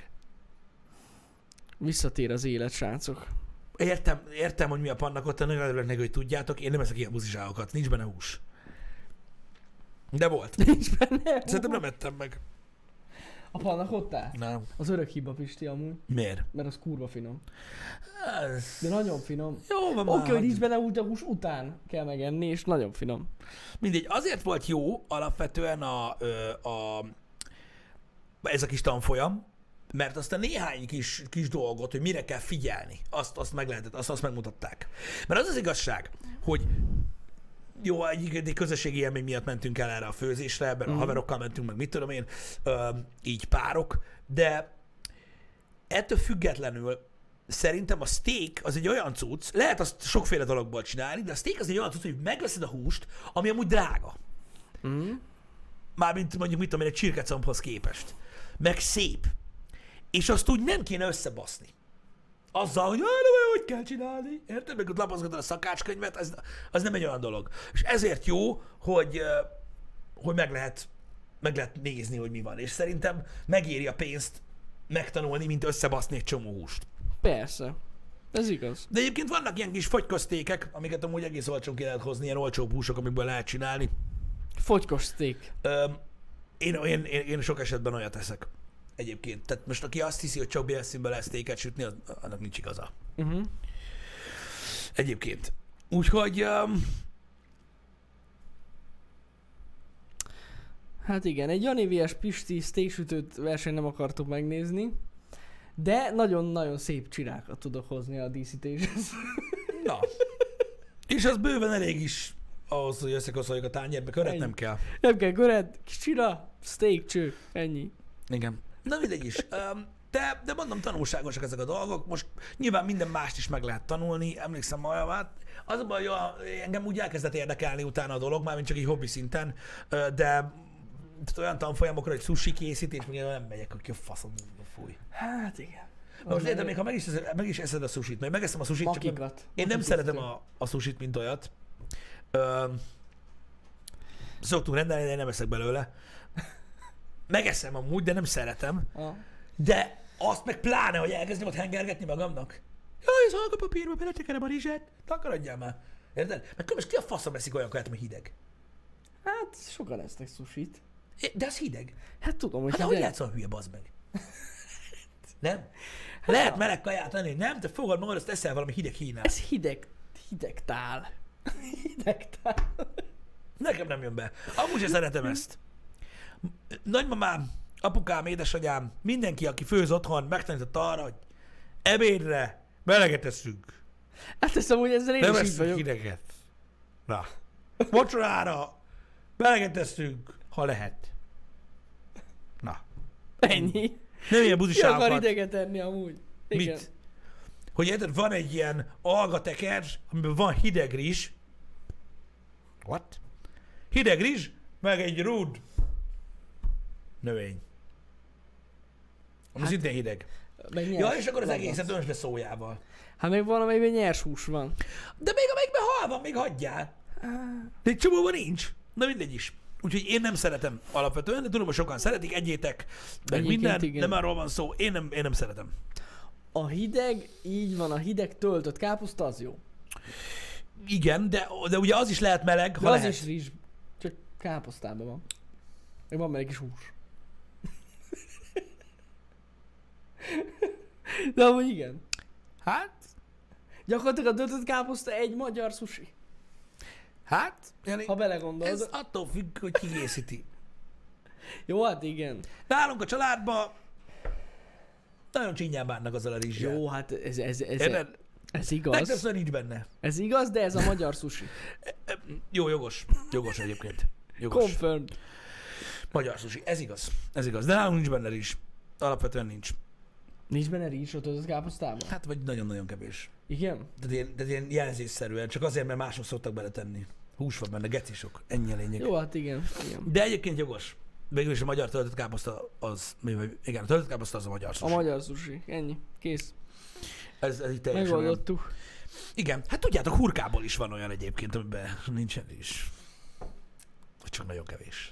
Visszatér az élet, srácok. Értem, értem, hogy mi a pannak ott, nagyon örülök neki, hogy tudjátok, én nem eszek ilyen buzizságokat, nincs benne hús. De volt. Nincs benne. Szerintem nem ettem meg. A pannakottál? Nem. Az örök hiba, Pisti, amúgy. Miért? Mert az kurva finom. Ez... De nagyon finom. Jó van Oké, már. hogy nincs benne úgy, a hús után kell megenni, és nagyon finom. Mindegy, azért volt jó alapvetően a, a, a ez a kis tanfolyam, mert azt a néhány kis, kis dolgot, hogy mire kell figyelni, azt, azt meg lehetett, azt, azt megmutatták. Mert az az igazság, hogy jó, egy, egy közösségi élmény miatt mentünk el erre a főzésre, ebben mm. a haverokkal mentünk, meg mit tudom én, ö, így párok, de ettől függetlenül szerintem a steak az egy olyan cucc, lehet azt sokféle dologból csinálni, de a steak az egy olyan cucc, hogy megveszed a húst, ami amúgy drága. Mm. Mármint mondjuk mit tudom én, egy csirkecombhoz képest. Meg szép. És azt úgy nem kéne összebaszni. Azzal, hogy nem olyan, hogy kell csinálni. Érted? Meg ott lapozgatod a szakácskönyvet, az, az nem egy olyan dolog. És ezért jó, hogy, hogy meg, lehet, meg lehet nézni, hogy mi van. És szerintem megéri a pénzt megtanulni, mint összebaszni egy csomó húst. Persze. Ez igaz. De egyébként vannak ilyen kis fogyköztékek, amiket amúgy egész olcsón ki lehet hozni, ilyen olcsó húsok, amikből lehet csinálni. Fogykos steak. Öm, én, én, én, én sok esetben olyat eszek. Egyébként. Tehát most aki azt hiszi, hogy csak bélszínben lesz steaket sütni, az, annak nincs igaza. Uh-huh. Egyébként. Úgyhogy... Um... Hát igen, egy Jani vé es Pisti steaksütőt verseny nem akartuk megnézni, de nagyon-nagyon szép csirákat tudok hozni a díszítéshez. Na. És az bőven elég is ahhoz, hogy összekoszoljuk a tányérbe. Köret Ennyi. nem kell. Nem kell köret, kis csira, steak cső, ennyi. Igen. Na mindegy is. Um, de, de mondom, tanulságosak ezek a dolgok. Most nyilván minden mást is meg lehet tanulni. Emlékszem olyan, hát az a baj, hogy engem úgy elkezdett érdekelni utána a dolog, mármint csak egy hobbi szinten, de olyan tanfolyamokra, hogy sushi készítés, még nem megyek, hogy ki a faszom, fúj. Hát igen. Most érted, még ha meg is, eszed, meg is eszed a sushit, meg megeszem a sushit, csak nem, én nem szeretem a, a sushit, mint olyat. Ö, szoktunk rendelni, de én nem eszek belőle. Megeszem amúgy, de nem szeretem. Ah. De azt meg pláne, hogy elkezdjem ott hengergetni magamnak. Jaj, ez alkapapírba beletekerem a rizset, takarodjál már. Érted? Meg különös ki a faszom veszik olyan kaját, ami hideg? Hát sokan esznek sushit. De az hideg. Hát tudom, hogy Hát hideg. hogy játszol a hülye, bazd meg? Nem? Lehet meleg kaját lenni, nem? Te fogad magad, azt eszel valami hideg hínát. Ez hideg, hideg tál. Hideg tál. Nekem nem jön be. Amúgy sem szeretem ezt. Nagymamám, apukám, édesanyám, mindenki, aki főz otthon, megtanította arra, hogy ebédre meleget eszünk. Hát ezt amúgy ezzel én Nem is így eszünk vagyok. hideget. Na. Vacsorára meleget eszünk, ha lehet. Na. Ennyi. Nem ilyen Ki buziságokat. akar ideget enni amúgy? Igen. Mit? Hogy érted, van egy ilyen algateker, amiben van hideg rizs. What? Hideg rizs, meg egy rúd növény. Ami hát, szintén hideg. Meg nyers. Ja, és akkor az Lavasz. egészet önts be szójával. Hát még van, amelyben nyers hús van. De még amelyikben hal van, még hagyjál. De egy csomóban nincs. Na mindegy is. Úgyhogy én nem szeretem alapvetően, de tudom, hogy sokan szeretik, egyétek, meg Egyébként minden, igen. nem arról van szó, én nem, én nem szeretem. A hideg, így van, a hideg töltött káposzta az jó. Igen, de, de ugye az is lehet meleg, De ha az lehet. is rizs, csak káposztában van. Meg van meleg is hús. De amúgy igen. Hát, Gyakorlatilag a töltött káposzta egy magyar sushi. hát, Jani, Ha belegondolod. ez attól függ, hogy ki készíti. Jó, hát igen. Nálunk a családban nagyon csinyán bánnak azzal a rizssel. Jó, hát ez, ez, ez, Érted? ez igaz. Legtöbbször nincs benne. Ez igaz, de ez a magyar sushi. Jó, jogos. Jogos egyébként. Jogos. Confirmed. Magyar sushi. Ez igaz. Ez igaz. De nálunk nincs benne rizs. Alapvetően nincs. Nincs benne rizs a töltött káposztában? Hát vagy nagyon-nagyon kevés. Igen? De ilyen, de ilyen jelzésszerűen. Csak azért, mert mások szoktak beletenni. Hús van benne, geci sok. Ennyi a lényeg. Jó, hát igen. igen. De egyébként jogos. végül is a magyar töltött káposzta az, igen, a töltött káposzta az a magyar A sushi. magyar sushi. Ennyi. Kész. Ez, ez így teljesen olyan. Megoldottuk. Igen, hát tudjátok, hurkából is van olyan egyébként, amiben nincsen is. Csak nagyon kevés.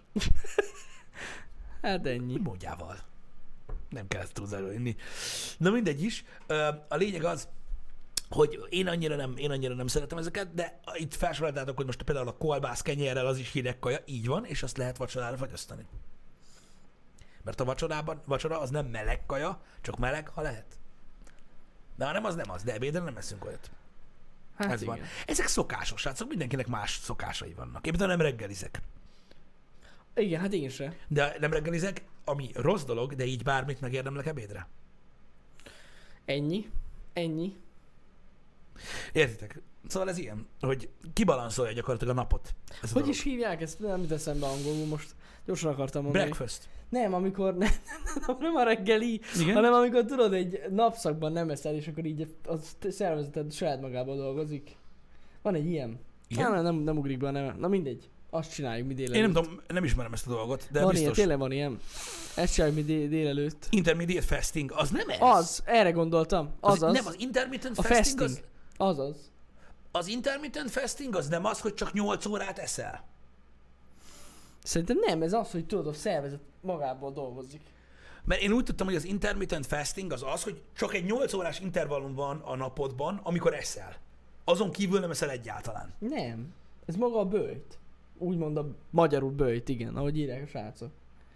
Hát ennyi. Módjával. Nem kell ezt túlzáló inni. Na mindegy is. Ö, A lényeg az, hogy én annyira nem, én annyira nem szeretem ezeket, de itt felsoroltátok, hogy most például a kolbász kenyérrel az is hideg kaja, így van, és azt lehet vacsorára fagyasztani. Mert a vacsorában, vacsora az nem meleg kaja, csak meleg, ha lehet. De ha nem, az nem az, de ebédre nem eszünk olyat. Hát Ez igen. van. Ezek szokásos, srácok, mindenkinek más szokásai vannak. Én például nem reggelizek. Igen, hát én se. De nem reggelizek, ami rossz dolog, de így bármit megérdemlek ebédre. Ennyi. Ennyi. Értitek? Szóval ez ilyen, hogy kibalanszolja gyakorlatilag a napot. Ez a Hogy dolog. is hívják ezt? Nem jut eszembe angolul most. Gyorsan akartam mondani. Breakfast. Nem, amikor ne, nem a reggeli, Igen? hanem amikor tudod, egy napszakban nem eszel, és akkor így a szervezeted saját magából dolgozik. Van egy ilyen. Igen? Nem, nem, nem ugrik be a neve. Na mindegy. Azt csináljuk mi délelőtt. Én nem tudom, nem ismerem ezt a dolgot, de van biztos. ilyen, tényleg van ilyen. Ezt csináljuk mi dé- délelőtt. Intermediate fasting, az nem ez? Az, erre gondoltam. Az, Azaz. nem, az intermittent A fasting, fasting. Az, Azaz. az intermittent fasting az nem az, hogy csak nyolc órát eszel. Szerintem nem, ez az, hogy tudod, a szervezet magából dolgozik. Mert én úgy tudtam, hogy az intermittent fasting az az, hogy csak egy nyolc órás intervallum van a napodban, amikor eszel. Azon kívül nem eszel egyáltalán. Nem. Ez maga a böjt. Úgymond a magyarul böjt, igen, ahogy írják a srácok.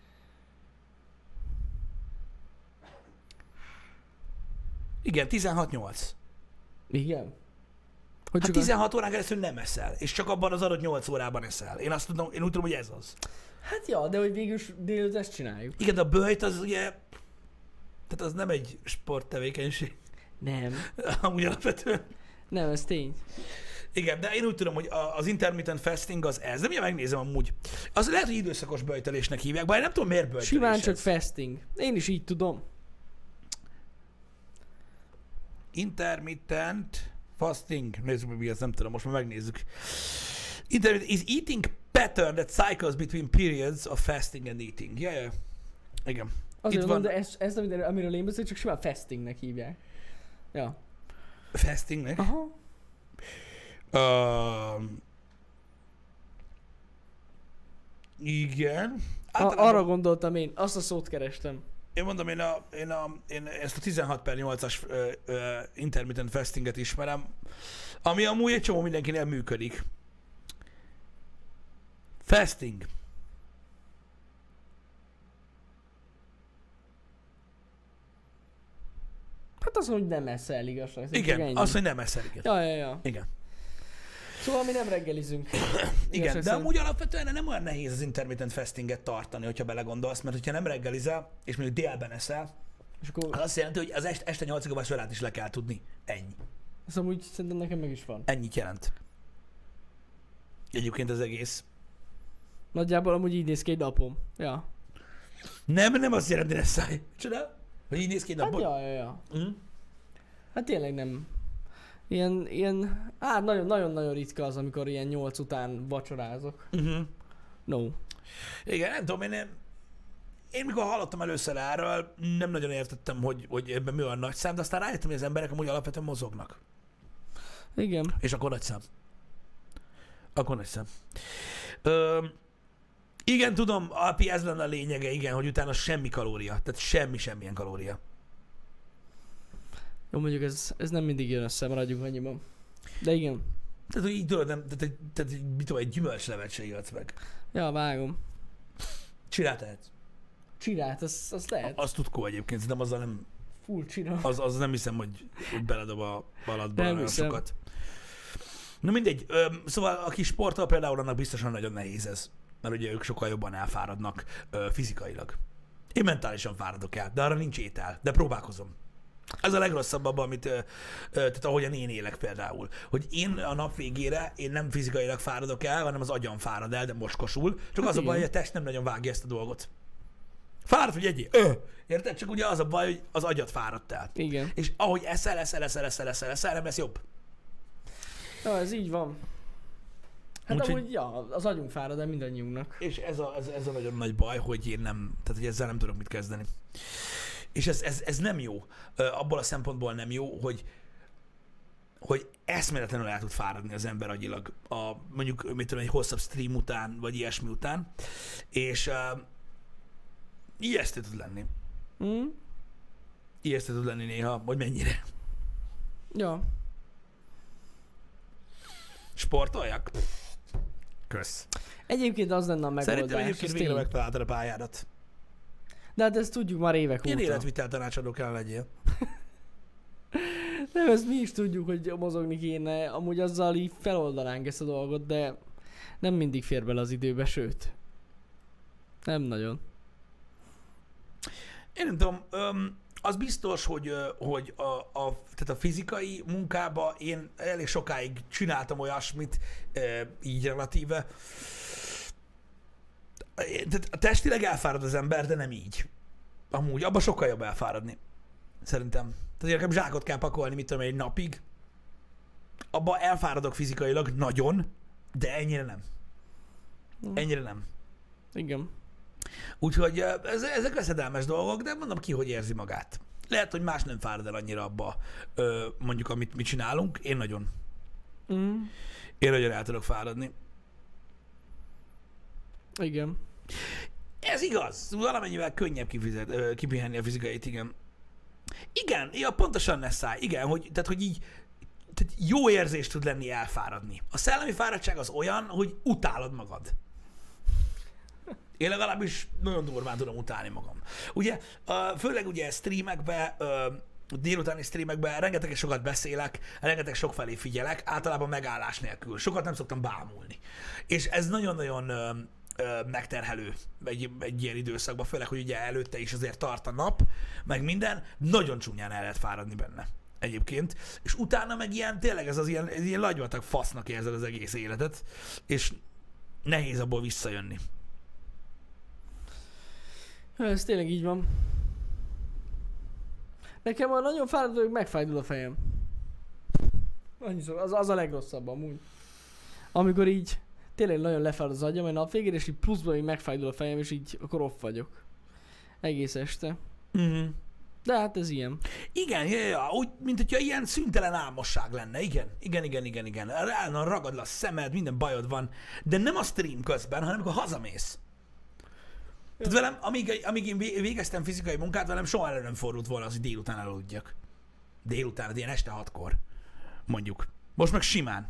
Igen, tizenhat nyolc. Igen. Hogy Hát csak a- tizenhat órán keresztül nem eszel, és csak abban az adott nyolc órában eszel. Én azt tudom, én úgy tudom, hogy ez az. Hát ja, de hogy végül is délután ezt csináljuk. Igen, de a böjt az ugye, tehát az nem egy sporttevékenység, Nem. amúgy alapvetően. Nem, ez tény. Igen, de én úgy tudom, hogy a- az intermittent fasting az ez. De mindjárt megnézem amúgy. Az lehet, hogy időszakos böjtelésnek hívják, bár én nem tudom, miért böjtelés Simán csak ez. fasting. Én is így tudom. Intermittent fasting. Nézzük meg, mi ez, nem tudom, most már megnézzük. Intermittent is eating pattern that cycles between periods of fasting and eating. Ja, ja. Igen. Azért Itt mondom, van- de ez, ez amiről, amiről én beszélek, csak simán fastingnek hívják. Ja. Fastingnek. Aha. Um, igen. A, arra gondoltam én, azt a szót kerestem. Én mondom, én, a, én, a, én ezt a tizenhat per nyolcas ö, ö, intermittent fastinget ismerem, ami amúgy egy csomó mindenkinél működik. Fasting. Hát az, hogy nem eszel igazság. szerint, csak Igen, ennyi. az, hogy nem eszel, igen. Ja, ja, ja. Igen, Szóval mi nem reggelizünk. igen. Igazság De szerint. amúgy alapvetően nem olyan nehéz az intermittent fastinget tartani, hogyha belegondolsz, mert hogyha nem reggelizel, és mondjuk délben eszel, És akkor az azt jelenti, hogy az est, este nyolcig a vacsorát is le kell tudni. Ennyi. azt amúgy szerintem nekem meg is van. Ennyit jelent. Egyébként az egész. Nagyjából amúgy így néz ki egy napom. Ja. Nem, nem azt jelenti, hogy száj. Csoda? Hogy így néz ki egy Hát napon? ja, ja, ja. Mm. Hát tényleg nem. Ilyen, ilyen, hát nagyon-nagyon ritka az, amikor ilyen nyolc után vacsorázok. Uh-huh. No. Igen, nem tudom, én, nem- én mikor hallottam először erről, nem nagyon értettem, hogy, hogy ebben mi olyan nagy szám, de aztán rájöttem, hogy az emberek amúgy alapvetően mozognak. Igen. És akkor nagy szám. Akkor nagy szám. Ö, igen, tudom, Alpi, ez lenne a lényege, igen, hogy utána semmi kalória. Tehát semmi, semmilyen kalória. Jó, mondjuk ez, ez nem mindig jön össze, maradjunk annyiban. De igen. Tehát, hogy így tudod, nem, tehát, tehát, tehát mit tudom, egy gyümölcslevet se jöhetsz meg. Ja, vágom. Csirát tehetsz. Csirát, az, az lehet. Az tudkó egyébként, de azzal nem, Full csira. az, az nem hiszem, hogy, hogy beledob a balatba Nem olyan hiszem. sokat. Na mindegy, ö, szóval aki sportol például, annak biztosan nagyon nehéz ez. Mert ugye ők sokkal jobban elfáradnak ö, fizikailag. Én mentálisan fáradok el, de arra nincs étel, de próbálkozom. Ez a legrosszabb abban, amit, ö, ö, tehát ahogyan én élek például. Hogy én a nap végére, én nem fizikailag fáradok el, hanem az agyam fárad el, de moskosul. Csak Hát az a baj, igen. hogy a test nem nagyon vágja ezt a dolgot. Fárad, hogy egyél. Ö! Érted? Csak ugye az a baj, hogy az agyat fáradt el. Igen. És ahogy eszel, eszel, eszel, eszel, eszel, eszel, nem lesz jobb. Ja, ez így van. Hát Úgyhogy- amúgy, ja, az agyunk fárad, de mindannyiunknak. És ez a, ez, ez a nagyon nagy baj, hogy én nem, tehát hogy ezzel nem tudok mit kezdeni. És ez, ez, ez nem jó. Ö, abból a szempontból nem jó, hogy hogy eszméletlenül el tud fáradni az ember agyilag, a, mondjuk mit tudom, egy hosszabb stream után, vagy ilyesmi után, és uh, ijesztő tud lenni. Mm? Ijesztő tud lenni néha, hogy mennyire. Ja. Sportoljak? Kösz. Egyébként az lenne a megoldás. Szerintem egyébként ez végre tény. megtaláltad a pályádat. De hát ezt tudjuk már évek Ilyen óta. életvitel tanácsadó kell legyél. Nem, ezt mi is tudjuk, hogy mozogni kéne. Amúgy azzal így feloldanánk ezt a dolgot, de nem mindig fér bele az időbe, sőt. Nem nagyon. Én nem tudom, öm, az biztos, hogy, ö, hogy a, a, tehát a fizikai munkába én elég sokáig csináltam olyasmit, ö, így relatíve. Tehát testileg elfárad az ember, de nem így. Amúgy, abban sokkal jobb elfáradni. Szerintem. Tehát nekem zsákot kell pakolni, mit tudom, egy napig. Abban elfáradok fizikailag nagyon, de ennyire nem. Ennyire nem. Igen. Úgyhogy ö, ez, ezek veszedelmes dolgok, de mondom ki, hogy érzi magát. Lehet, hogy más nem fárad el annyira abba, ö, mondjuk, amit mi csinálunk. Én nagyon. Mm. Én nagyon el tudok fáradni. Igen. Ez igaz. Valamennyivel könnyebb kifizet, ö, kipihenni a fizikait, igen. Igen, ja, pontosan Nessai. Igen, hogy, tehát, hogy így tehát jó érzés tud lenni elfáradni. A szellemi fáradtság az olyan, hogy utálod magad. Én legalábbis nagyon durván tudom utálni magam. Ugye, ö, főleg ugye streamekben, ö, délutáni streamekben rengeteg sokat beszélek, rengeteg sok felé figyelek, általában megállás nélkül. Sokat nem szoktam bámulni. És ez nagyon-nagyon ö, ö, megterhelő egy, egy ilyen időszakban, főleg, hogy ugye előtte is azért tart a nap, meg minden, nagyon csúnyán el lehet fáradni benne egyébként, és utána meg ilyen, tényleg ez az ilyen, ez ilyen lagyvatag fasznak érzed az egész életet, és nehéz abból visszajönni. Ez tényleg így van. Nekem a nagyon fáradt vagyok, megfájdul a fejem. Annyiszor, az, az a legrosszabb amúgy. Amikor így tényleg nagyon lefárad az agyam egy nap végén, és így pluszban így megfájdul a fejem, és így akkor off vagyok. Egész este. Uh-huh. De hát ez ilyen. Igen, ja, ja, úgy, mint hogyha ilyen szüntelen álmosság lenne. Igen, igen, igen, igen, igen. Állandóan ragad le a szemed, minden bajod van, de nem a stream közben, hanem amikor hazamész. Tehát velem, amíg, amíg én végeztem fizikai munkát, velem soha elő nem fordult volna az, hogy délután aludjak. Délután, ilyen este hatkor, mondjuk. Most meg simán.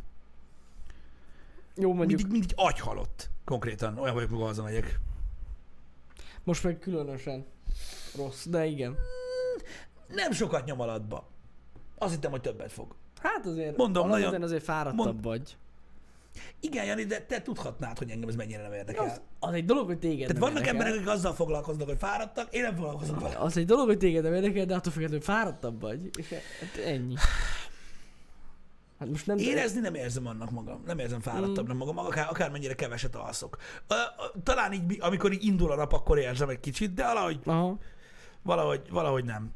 Jó, mondjuk Mindig, mindig agyhalott. Konkrétan, olyan vagyok, mikor hazamegyek. most meg különösen rossz, de igen. Nem sokat nyom alatba. Azt hittem, hogy többet fog. Hát azért, Mondom, alapvetően nagyon- azért fáradtabb mond- vagy. Igen, Jani, de te tudhatnád, hogy engem ez mennyire nem érdekel. Az, az egy dolog, hogy téged Tehát nem vannak érdekel. emberek, akik azzal foglalkoznak, hogy fáradtak, én nem foglalkozok vele. Az egy dolog, hogy téged nem érdekel, de attól függetlenül fáradtabb vagy. És hát ennyi. Hát most nem... Érezni nem érzem annak magam, nem érzem fáradtabbnak magam, akár, akármennyire keveset alszok. Ö, ö, Talán így, amikor így indul a nap, akkor érzem egy kicsit, de valahogy, Aha. valahogy, valahogy nem.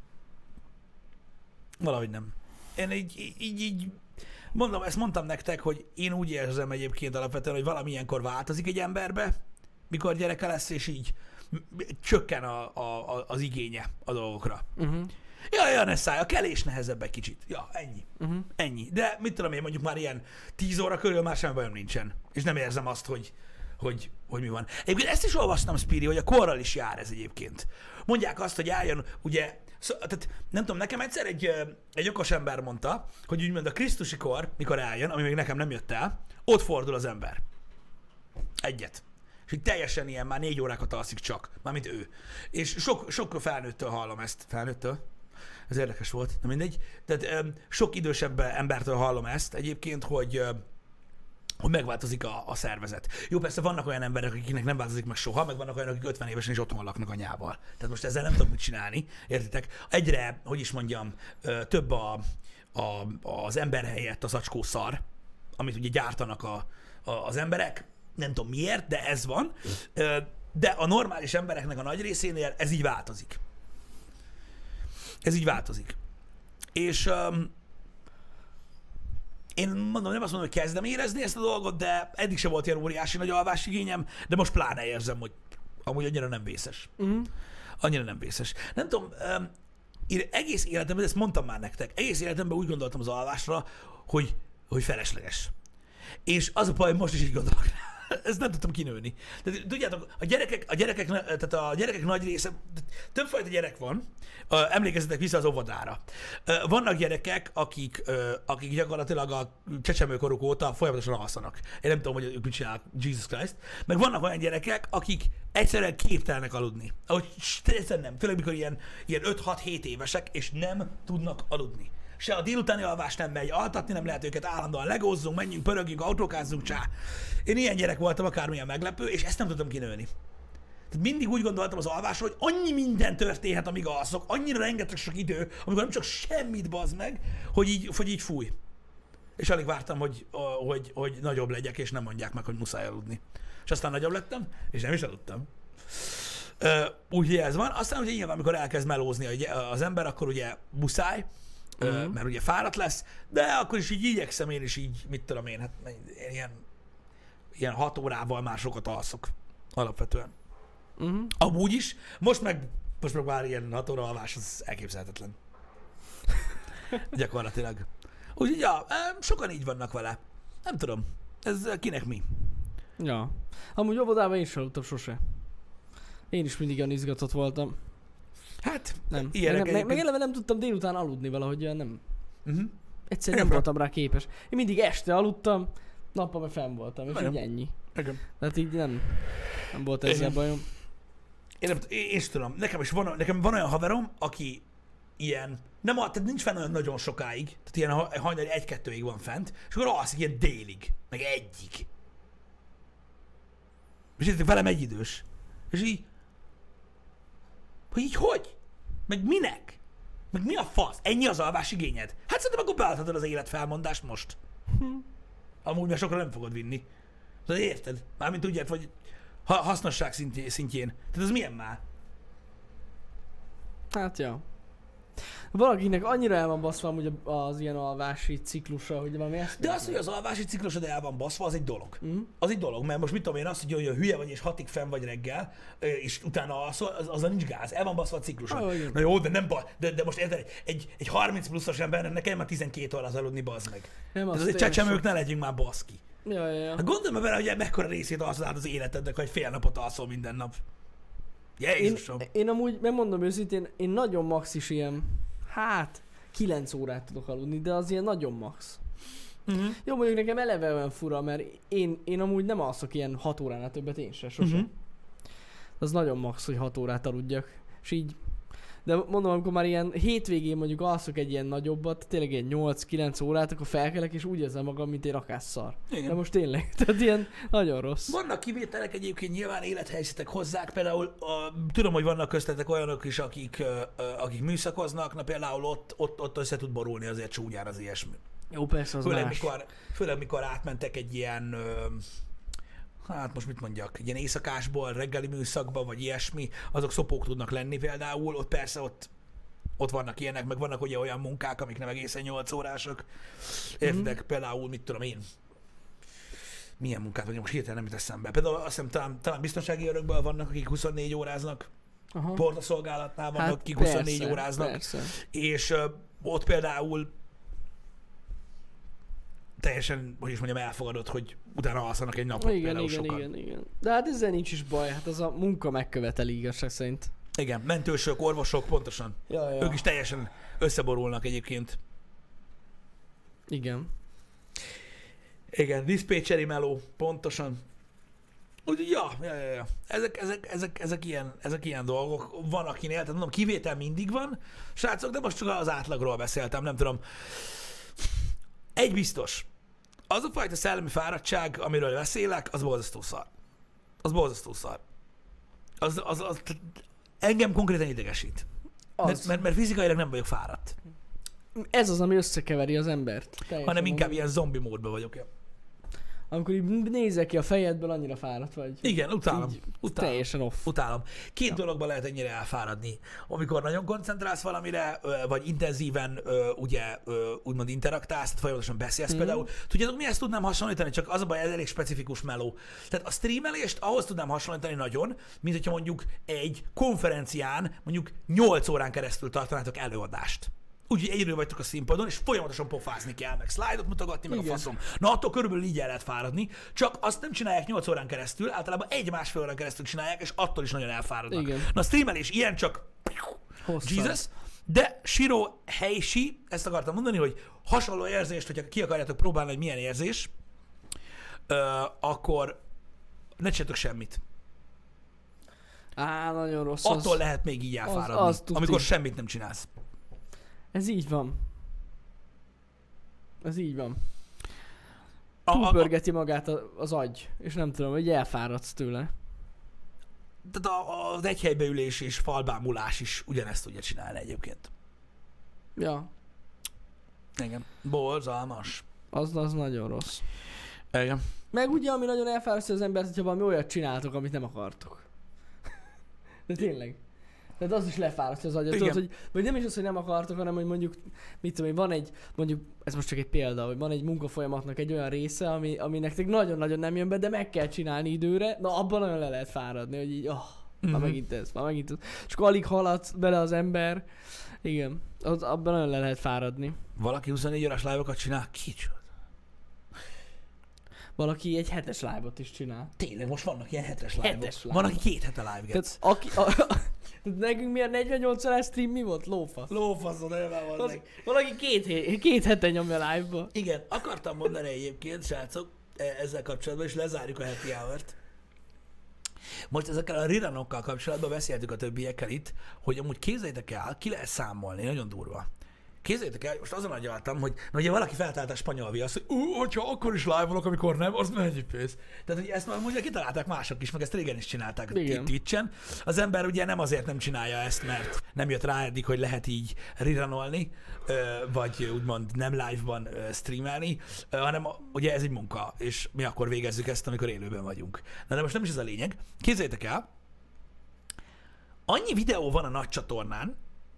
Valahogy nem. Én így, így, így, így mondom, ezt mondtam nektek, hogy én úgy érzem egyébként alapvetően, hogy valamilyenkor változik egy emberbe, mikor gyereke lesz, és így csökken a, a, a, az igénye a dolgokra. Uh-huh. Ja, ja, ne szállj, a kelés nehezebb egy kicsit. Ja, ennyi. Uh-huh. Ennyi. De mit tudom én, mondjuk már ilyen tíz óra körül már semmi bajom nincsen. És nem érzem azt, hogy, hogy, hogy mi van. Egyébként ezt is olvastam, Spiri, hogy a korral is jár ez egyébként. Mondják azt, hogy álljon, ugye, szó, tehát nem tudom, nekem egyszer egy, ö, egy okos ember mondta, hogy úgymond a krisztusi kor, mikor eljön, ami még nekem nem jött el, ott fordul az ember. Egyet. És így teljesen ilyen, már négy órákat alszik csak, mármint ő. És sok, sok felnőttől hallom ezt. Felnőttől? Ez érdekes volt, na mindegy. Tehát ö, sok idősebb embertől hallom ezt egyébként, hogy, ö, hogy megváltozik a, a szervezet. Jó, persze vannak olyan emberek, akiknek nem változik meg soha, meg vannak olyanok, akik ötven évesen is otthon laknak anyával. Tehát most ezzel nem tudok mit csinálni, értitek? Egyre, hogy is mondjam, ö, több a, a, az ember helyett az acskó szar, amit ugye gyártanak a, a, az emberek. Nem tudom miért, de ez van. Ö, de a normális embereknek a nagy részénél ez így változik. Ez így változik. És, um, én mondom, nem azt mondom, hogy kezdem érezni ezt a dolgot, de eddig sem volt ilyen óriási nagy alvásigényem, de most pláne érzem, hogy amúgy annyira nem vészes. Uh-huh. Annyira nem vészes. Nem tudom, um, én egész életemben, ezt mondtam már nektek, egész életemben úgy gondoltam az alvásra, hogy, hogy felesleges. És az a baj, most is így gondolok rá. Ezt nem tudtam kinőni. Tehát, tudjátok, a gyerekek, a gyerekek, tehát a gyerekek nagy része, többfajta gyerek van, emlékezzetek vissza az óvodára. Vannak gyerekek, akik, akik gyakorlatilag a csecsemőkoruk óta folyamatosan alszanak. Én nem tudom, hogy ők mit csinálnak, Jesus Christ. Meg vannak olyan gyerekek, akik egyszerűen képtelnek aludni. Ahogy egyszerűen nem. Főleg, mikor ilyen, ilyen öt-hat-hét évesek, és nem tudnak aludni. Se a délutáni alvás nem megy, altatni nem lehet őket, állandóan legózzunk, menjünk, pörögjünk, autókázzunk, csá. Én ilyen gyerek voltam, akármilyen meglepő, és ezt nem tudtam kinőni. Tehát mindig úgy gondoltam az alvásról, hogy annyi minden történhet, amíg alszok, annyira rengeteg sok idő, amikor nem csak semmit bazd meg, hogy így, hogy így fúj. És alig vártam, hogy, hogy, hogy nagyobb legyek, és nem mondják meg, hogy muszáj aludni. És aztán nagyobb lettem, és nem is aludtam. Úgyhogy ez van. Aztán ugye nyilván, amikor elkezd melózni az ember, akkor ugye muszáj, Uh-huh. mert ugye fáradt lesz, de akkor is így igyekszem én is így, mit tudom én, hát ilyen, ilyen hat órával már sokat alszok alapvetően. Uh-huh. Amúgy is, most meg, most meg már ilyen hat óra alvás, az elképzelhetetlen. Gyakorlatilag. Úgyhogy ja, sokan így vannak vele. Nem tudom, ez kinek mi. Ja. Amúgy óvodában én sem aludtam sose. Én is mindig olyan izgatott voltam. Hát, nem. Ilyenek meg, meg, meg eleve nem tudtam délután aludni valahogy, nem. Uh-huh. Egyszerűen nem voltam rá képes. Én mindig este aludtam, nappal meg fenn voltam, és Igen. így ennyi. Igen. Tehát így nem, nem volt ezzel Igen. bajom. Én, nem, én, én is tudom, nekem is van, nekem van olyan haverom, aki ilyen, nem, tehát nincs fenn olyan nagyon sokáig, tehát ilyen hajnali egy-kettőig van fent, és akkor alszik ilyen délig, meg egyig. És értek, velem egy idős. És így, hogy így hogy? Meg minek? Meg mi a fasz? Ennyi az alvás igényed? Hát szerintem akkor beadhatod az életfelmondást most. Hm. Amúgy már sokra nem fogod vinni. De érted? Mármint tudják, hogy ha hasznosság szintjén. Tehát ez milyen már? Hát ja. Valakinek annyira el van baszva amúgy az ilyen alvási ciklusa, hogy valami ezt. De az, hogy az alvási ciklusod el van baszva, az egy dolog. Mm. Az egy dolog, mert most mit tudom én, azt, hogy olyan hülye vagy és hatig fenn vagy reggel, és utána alszol, az, azzal nincs gáz. El van baszva a ciklusod. Ah, na jó, de nem ba, de, de most érted, egy, egy harminc pluszos embernek nekem már tizenkét órát aludni, bazd meg. Nem, az azért csecsemők ne legyünk már baszki. Ja, ja, ja. Hát gondolj bele, hogy mekkora részét alszol át az életednek, hogy fél napot alszol minden nap. Jézusom. Én, én amúgy, megmondom őszintén, én nagyon max is ilyen, hát, kilenc órát tudok aludni, de az ilyen nagyon max. Uh-huh. Jó, mondjuk nekem eleve olyan fura, mert én, én amúgy nem alszok ilyen hat óránál többet én se, sose. Uh-huh. Az nagyon max, hogy hat órát aludjak. És így, de mondom, amikor már ilyen hétvégén mondjuk alszok egy ilyen nagyobbat, tényleg ilyen nyolc-kilenc órát, akkor felkelek, és úgy érzem magam, mint egy rakásszar. Igen. De most tényleg, tehát ilyen nagyon rossz. Vannak kivételek egyébként, nyilván élethelyzetek hozzák, például a, tudom, hogy vannak köztetek olyanok is, akik, akik műszakoznak, na például ott, ott, ott össze tud borulni azért csúnyán az ilyesmi. Jó, persze, az Főleg más. mikor, főleg mikor átmentek egy ilyen, hát most mit mondjak, egy ilyen éjszakásból reggeli műszakba, vagy ilyesmi, azok szopók tudnak lenni például, ott persze ott, ott vannak ilyenek, meg vannak ugye olyan munkák, amik nem egészen nyolc órások. Értedek, mm-hmm. Például, mit tudom én, milyen munkát, vagy most hirtelen nem jut eszembe. Például azt hiszem, talán, talán biztonsági örökből vannak, akik huszonnégy óráznak, Aha. portaszolgálatnál vannak, hát akik persze, huszonnégy óráznak, persze. és uh, ott például teljesen, hogy is mondjam, elfogadott, hogy utána alszanak egy napot igen, például igen, sokan. igen, igen. De hát ezzel nincs is baj, hát az a munka megköveteli igazság szerint. Igen, mentősök, orvosok, pontosan. Ja, ja. Ők is teljesen összeborulnak egyébként. Igen. Igen, diszpécseri meló, pontosan. Úgyhogy ja, ja, ja, ja. Ezek, ezek, ezek, ezek, ilyen, ezek ilyen dolgok. Van akinél, tehát mondom, kivétel mindig van, srácok, de most csak az átlagról beszéltem, nem tudom. Egy biztos. Az a fajta szellemi fáradtság, amiről beszélek, az borzasztó szar. Az borzasztó szar. Az, az, az, engem konkrétan idegesít. Mert, mert, mert fizikailag nem vagyok fáradt. Ez az, ami összekeveri az embert. Teljesen hanem inkább mondom. ilyen zombi módban vagyok. Ja. amikor így nézek ki a fejedből, annyira fáradt vagy. Igen, utálom. Így utálom. Teljesen off. Utálom. Két Ja. dologban lehet ennyire elfáradni. Amikor nagyon koncentrálsz valamire, ö, vagy intenzíven ö, ugye ö, úgymond interaktálsz, tehát folyamatosan beszélsz Mhm. például. Tudjátok, mi ezt tudnám hasonlítani? Csak az a baj, ez elég specifikus meló. Tehát a streamelést ahhoz tudnám hasonlítani nagyon, mint hogyha mondjuk egy konferencián mondjuk nyolc órán keresztül tartanátok előadást. Úgyhogy egyedül vagytok a színpadon, és folyamatosan pofázni kell, meg szlájdot mutogatni, meg Igen. a faszom. Na attól körülbelül így el lehet fáradni, csak azt nem csinálják nyolc órán keresztül, általában egy-másfél órán keresztül csinálják, és attól is nagyon elfáradnak. Igen. Na a streamelés ilyen csak Hosszan. Jesus, de Shiro Heishi, ezt akartam mondani, hogy hasonló érzést, hogyha ki akarjátok próbálni, hogy milyen érzés, ö, akkor ne csináltok semmit. Á, nagyon rossz. Attól Az... lehet még így elfáradni, az tuti. amikor semmit nem csinálsz. Ez így van. Ez így van. A, a, a, Túlpörgeti magát a- az agy, és nem tudom, hogy elfáradsz tőle. tehát a, az egyhelybeülés és falbámulás is ugyanezt tudja csinálni egyébként. Ja, Igen. Borzalmas. az, az nagyon rossz. Igen. Meg ugye, ami nagyon elfárasztja az embert, hogyha valami olyat csináltok, amit nem akartok. De tényleg. Tehát az is lefárasztja az agyat. Igen. Tudod, hogy, vagy nem is az, hogy nem akartok, hanem hogy mondjuk, mit tudom én, van egy, mondjuk, ez most csak egy példa, hogy van egy munkafolyamatnak egy olyan része, ami, ami nektek nagyon-nagyon nem jön be, de meg kell csinálni időre, na abban nagyon le lehet fáradni, hogy így, oh, már Mhm. megint ez, már megint ez. És akkor alig haladsz bele az ember. Igen, az, abban nagyon le lehet fáradni. Valaki huszonnégy órás live-okat csinál? Kicsoda. Valaki egy hetes live-ot is csinál. Tényleg, most vannak ilyen hetes live-ok. Hetes live-ok. Van, aki két hete live Tehát aki, a, a, tehát nekünk milyen negyvennyolc órás stream mi volt? Lófasz. Lófaszod, elván van Az, meg. valaki két, hé- két hete nyomja live-ba. Igen, akartam mondani egyébként, srácok, e- ezzel kapcsolatban, és lezárjuk a happy hour-t. Most ezekkel a riranokkal kapcsolatban beszéltük a többiekkel itt, hogy amúgy képzeljétek el, ki lehet számolni, nagyon durva. Képzeljétek el, most azon agyaltam, hogy na ugye valaki feltállt a spanyol viaszt, hogy ú, hogyha akkor is live-olok, amikor nem, az mennyi pénz. Tehát, hogy ezt már mondja, kitalálták mások is, meg ezt régen is csinálták Igen. itt Twitchen. Az ember ugye nem azért nem csinálja ezt, mert nem jött rá eddig, hogy lehet így riranolni, ö, vagy úgymond nem live-ban ö, streamelni, ö, hanem a- ugye ez egy munka, és mi akkor végezzük ezt, amikor élőben vagyunk. Na de most nem is ez a lényeg. Képzeljétek el, annyi videó van a nagy csatornán,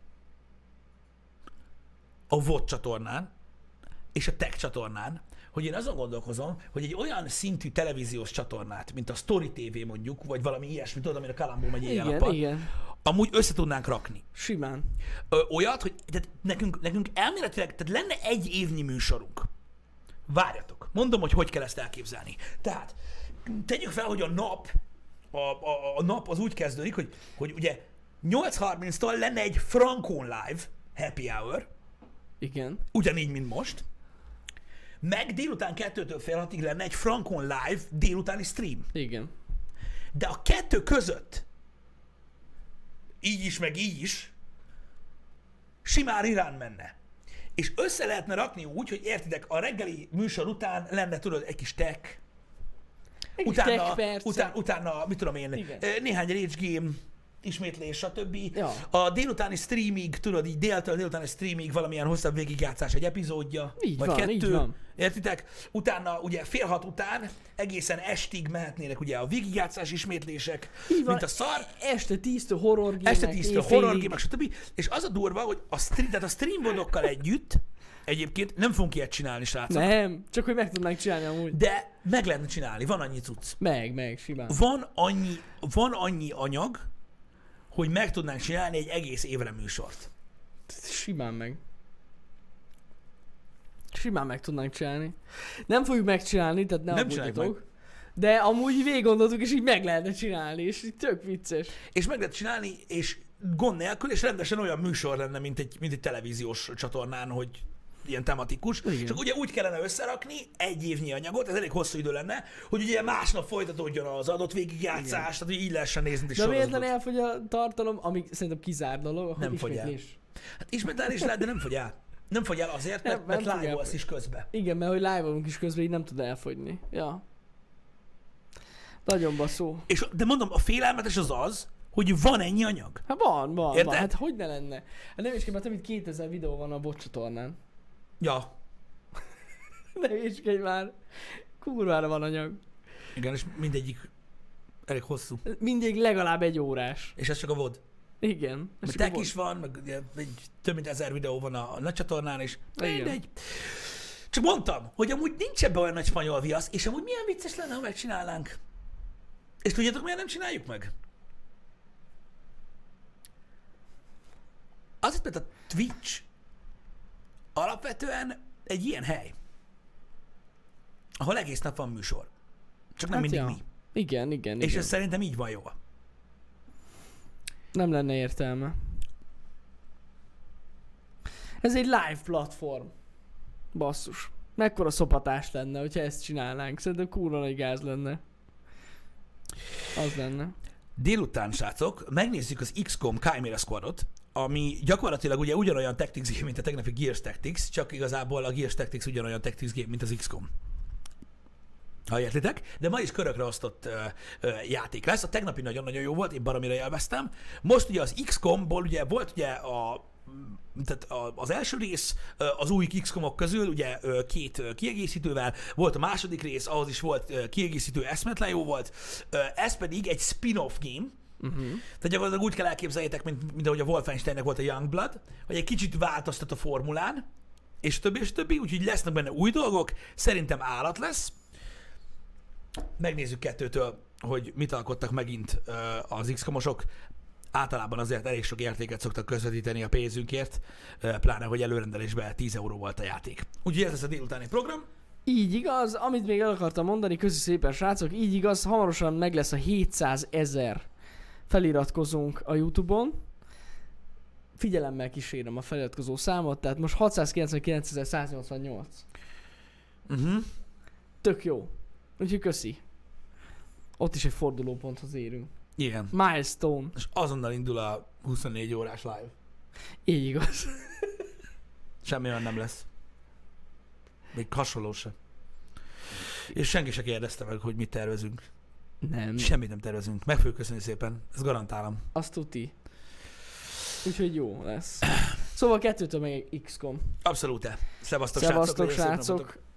a vé o dé csatornán és a Tech csatornán, hogy én azon gondolkozom, hogy egy olyan szintű televíziós csatornát, mint a Story té vé mondjuk, vagy valami ilyesmi, tudod, amire Kalambó megy Igen, éjjel-nappal, igen. amúgy össze tudnánk rakni. Simán. Ö, olyat, hogy tehát nekünk, nekünk elméletileg, tehát lenne egy évnyi műsorunk. Várjatok, mondom, hogy hogy kell ezt elképzelni. Tehát tegyük fel, hogy a nap, a, a, a nap az úgy kezdődik, hogy, hogy ugye nyolc harminctól lenne egy Frankon Live happy hour, Igen. ugyanígy, mint most, meg délután kettőtől fél hatig lenne egy Frankon Live délutáni stream. Igen. De a kettő között, így is, meg így is, simán irán menne. És össze lehetne rakni úgy, hogy értitek, a reggeli műsor után lenne, tudod, egy kis tech, Egy kis utána, tech perce. utána, utána, mit tudom én, Igen. eh, néhány rage game, ismétlés, stb. Ja. A délutáni streamig, tudod, így déltől délutáni streamig valamilyen hosszabb végigjátszás egy epizódja, Így vagy van, kettő, így van. értitek? Utána ugye fél hat után egészen estig mehetnének ugye a végigjátszás ismétlések, Így van. mint a szar, Este tíztől horror gémek, este tíztől éjfélig. horror gémek, stb. És az a durva, hogy a, stream, tehát a streamvodokkal együtt egyébként nem fogunk ilyet csinálni, srácok, Nem, csak hogy meg tudnánk csinálni amúgy. de meg lehetne csinálni, van annyi cucc. Meg, meg, simán. Van annyi, van annyi anyag, hogy meg tudnánk csinálni egy egész évre műsort. Simán meg. Simán meg tudnánk csinálni. Nem fogjuk megcsinálni, tehát ne Nem csináljuk aggódjatok. De amúgy végig gondoltuk, és így meg lehetne csinálni, és így tök vicces. És meg lehet csinálni, és gond nélkül, és rendesen olyan műsor lenne, mint egy, mint egy televíziós csatornán, hogy ilyen tematikus. Igen. Csak ugye úgy kellene összerakni egy évnyi anyagot, ez elég hosszú idő lenne, hogy ugye másnap folytatódjon az adott végigjátszás, tehát hogy így lehessen nézni egy De miért sorozatot. elfogy a tartalom, ami szerintem kizárt dolog, hogy Nem fogy el. ismétlés. Hát ismételni is lehet, de nem fogy el. Nem fogy el azért, Nem, mert, mert nem fog live-olsz elfogyni. is közben. Igen, mert hogy live-olunk is közben, így nem tud elfogyni. Ja. Nagyon baszó. És, de mondom, a félelmetes az az, hogy van ennyi anyag. Hát van, van, Érted? van. Hát hogy ne lenne? Hát nem is kell, mert több mint kétezer videó van a bot csatornán. Ja. Ne hülyeskedj már. Kurvára van anyag. Igen, és mindegyik elég hosszú. Mindig legalább egy órás. És ez csak a vod. Igen. Meg tech is van, meg ugye, egy, több mint ezer videó van a, a nagy csatornán is. Mindegy. Csak mondtam, hogy amúgy nincs ebben olyan nagy spanyol viasz, és amúgy milyen vicces lenne, ha megcsinálnánk. És tudjátok, miért nem csináljuk meg? Azért, mert a Twitch alapvetően egy ilyen hely, ahol egész nap van műsor. Csak nem Hát mindig ja. mi. Igen, igen, És igen. ez szerintem így van jól. Nem lenne értelme. Ez egy live platform. Basszus. Mekkora szopatás lenne, hogyha ezt csinálnánk. Szerintem kurva nagy gáz lenne. Az lenne. Délután, srácok, megnézzük az iksz kom Chimera Squadot, ami gyakorlatilag ugye ugyanolyan Tactics game, mint a tegnapi Gears Tactics, csak igazából a Gears Tactics ugyanolyan Tactics game, mint az iksz kom. Ha értitek, de ma is körökre osztott ö, ö, játék lesz. A tegnapi nagyon-nagyon jó volt, én baromira élveztem. Most ugye az iksz komból ugye volt ugye a, tehát az első rész az új iksz komok közül ugye két kiegészítővel, volt a második rész, ahhoz is volt kiegészítő, eszmetlen jó volt. Ez pedig egy spin-off game. Uh-huh. Tehát gyakorlatilag úgy kell elképzeljétek, mint, mint ahogy a Wolfensteinnek volt a Youngblood, hogy egy kicsit változtat a formulán, és többi és többi, úgyhogy lesznek benne új dolgok, szerintem állat lesz. Megnézzük kettőtől, hogy mit alkottak megint uh, az iksz komosok. Általában azért elég sok értéket szoktak közvetíteni a pénzünkért, uh, pláne, hogy előrendelésben tíz euró volt a játék. Úgyhogy ez lesz a délutáni program. Így igaz, amit még el akartam mondani, köszi szépen srácok, így igaz, hamarosan meg lesz a hétszázezer feliratkozónk a YouTube-on. Figyelemmel kísérem a feliratkozó számot, tehát most hatszázkilencvenkilencezer-száznyolcvannyolc. Uh-huh. Tök jó. Úgyhogy köszi. Ott is egy fordulóponthoz érünk. Igen. Milestone. És azonnal indul a huszonnégy órás live. Így igaz. Semmi olyan nem lesz. Még hasonló se. És senki se kérdezte meg, hogy mit tervezünk. Nem. Semmit nem tervezünk. Meg fogjuk köszönni szépen. Ezt garantálom. Azt tuti. Úgyhogy jó lesz. Szóval kettőtől meg iksz kom. Abszolút. Szevasztok, Szevasztok srácok. srácok.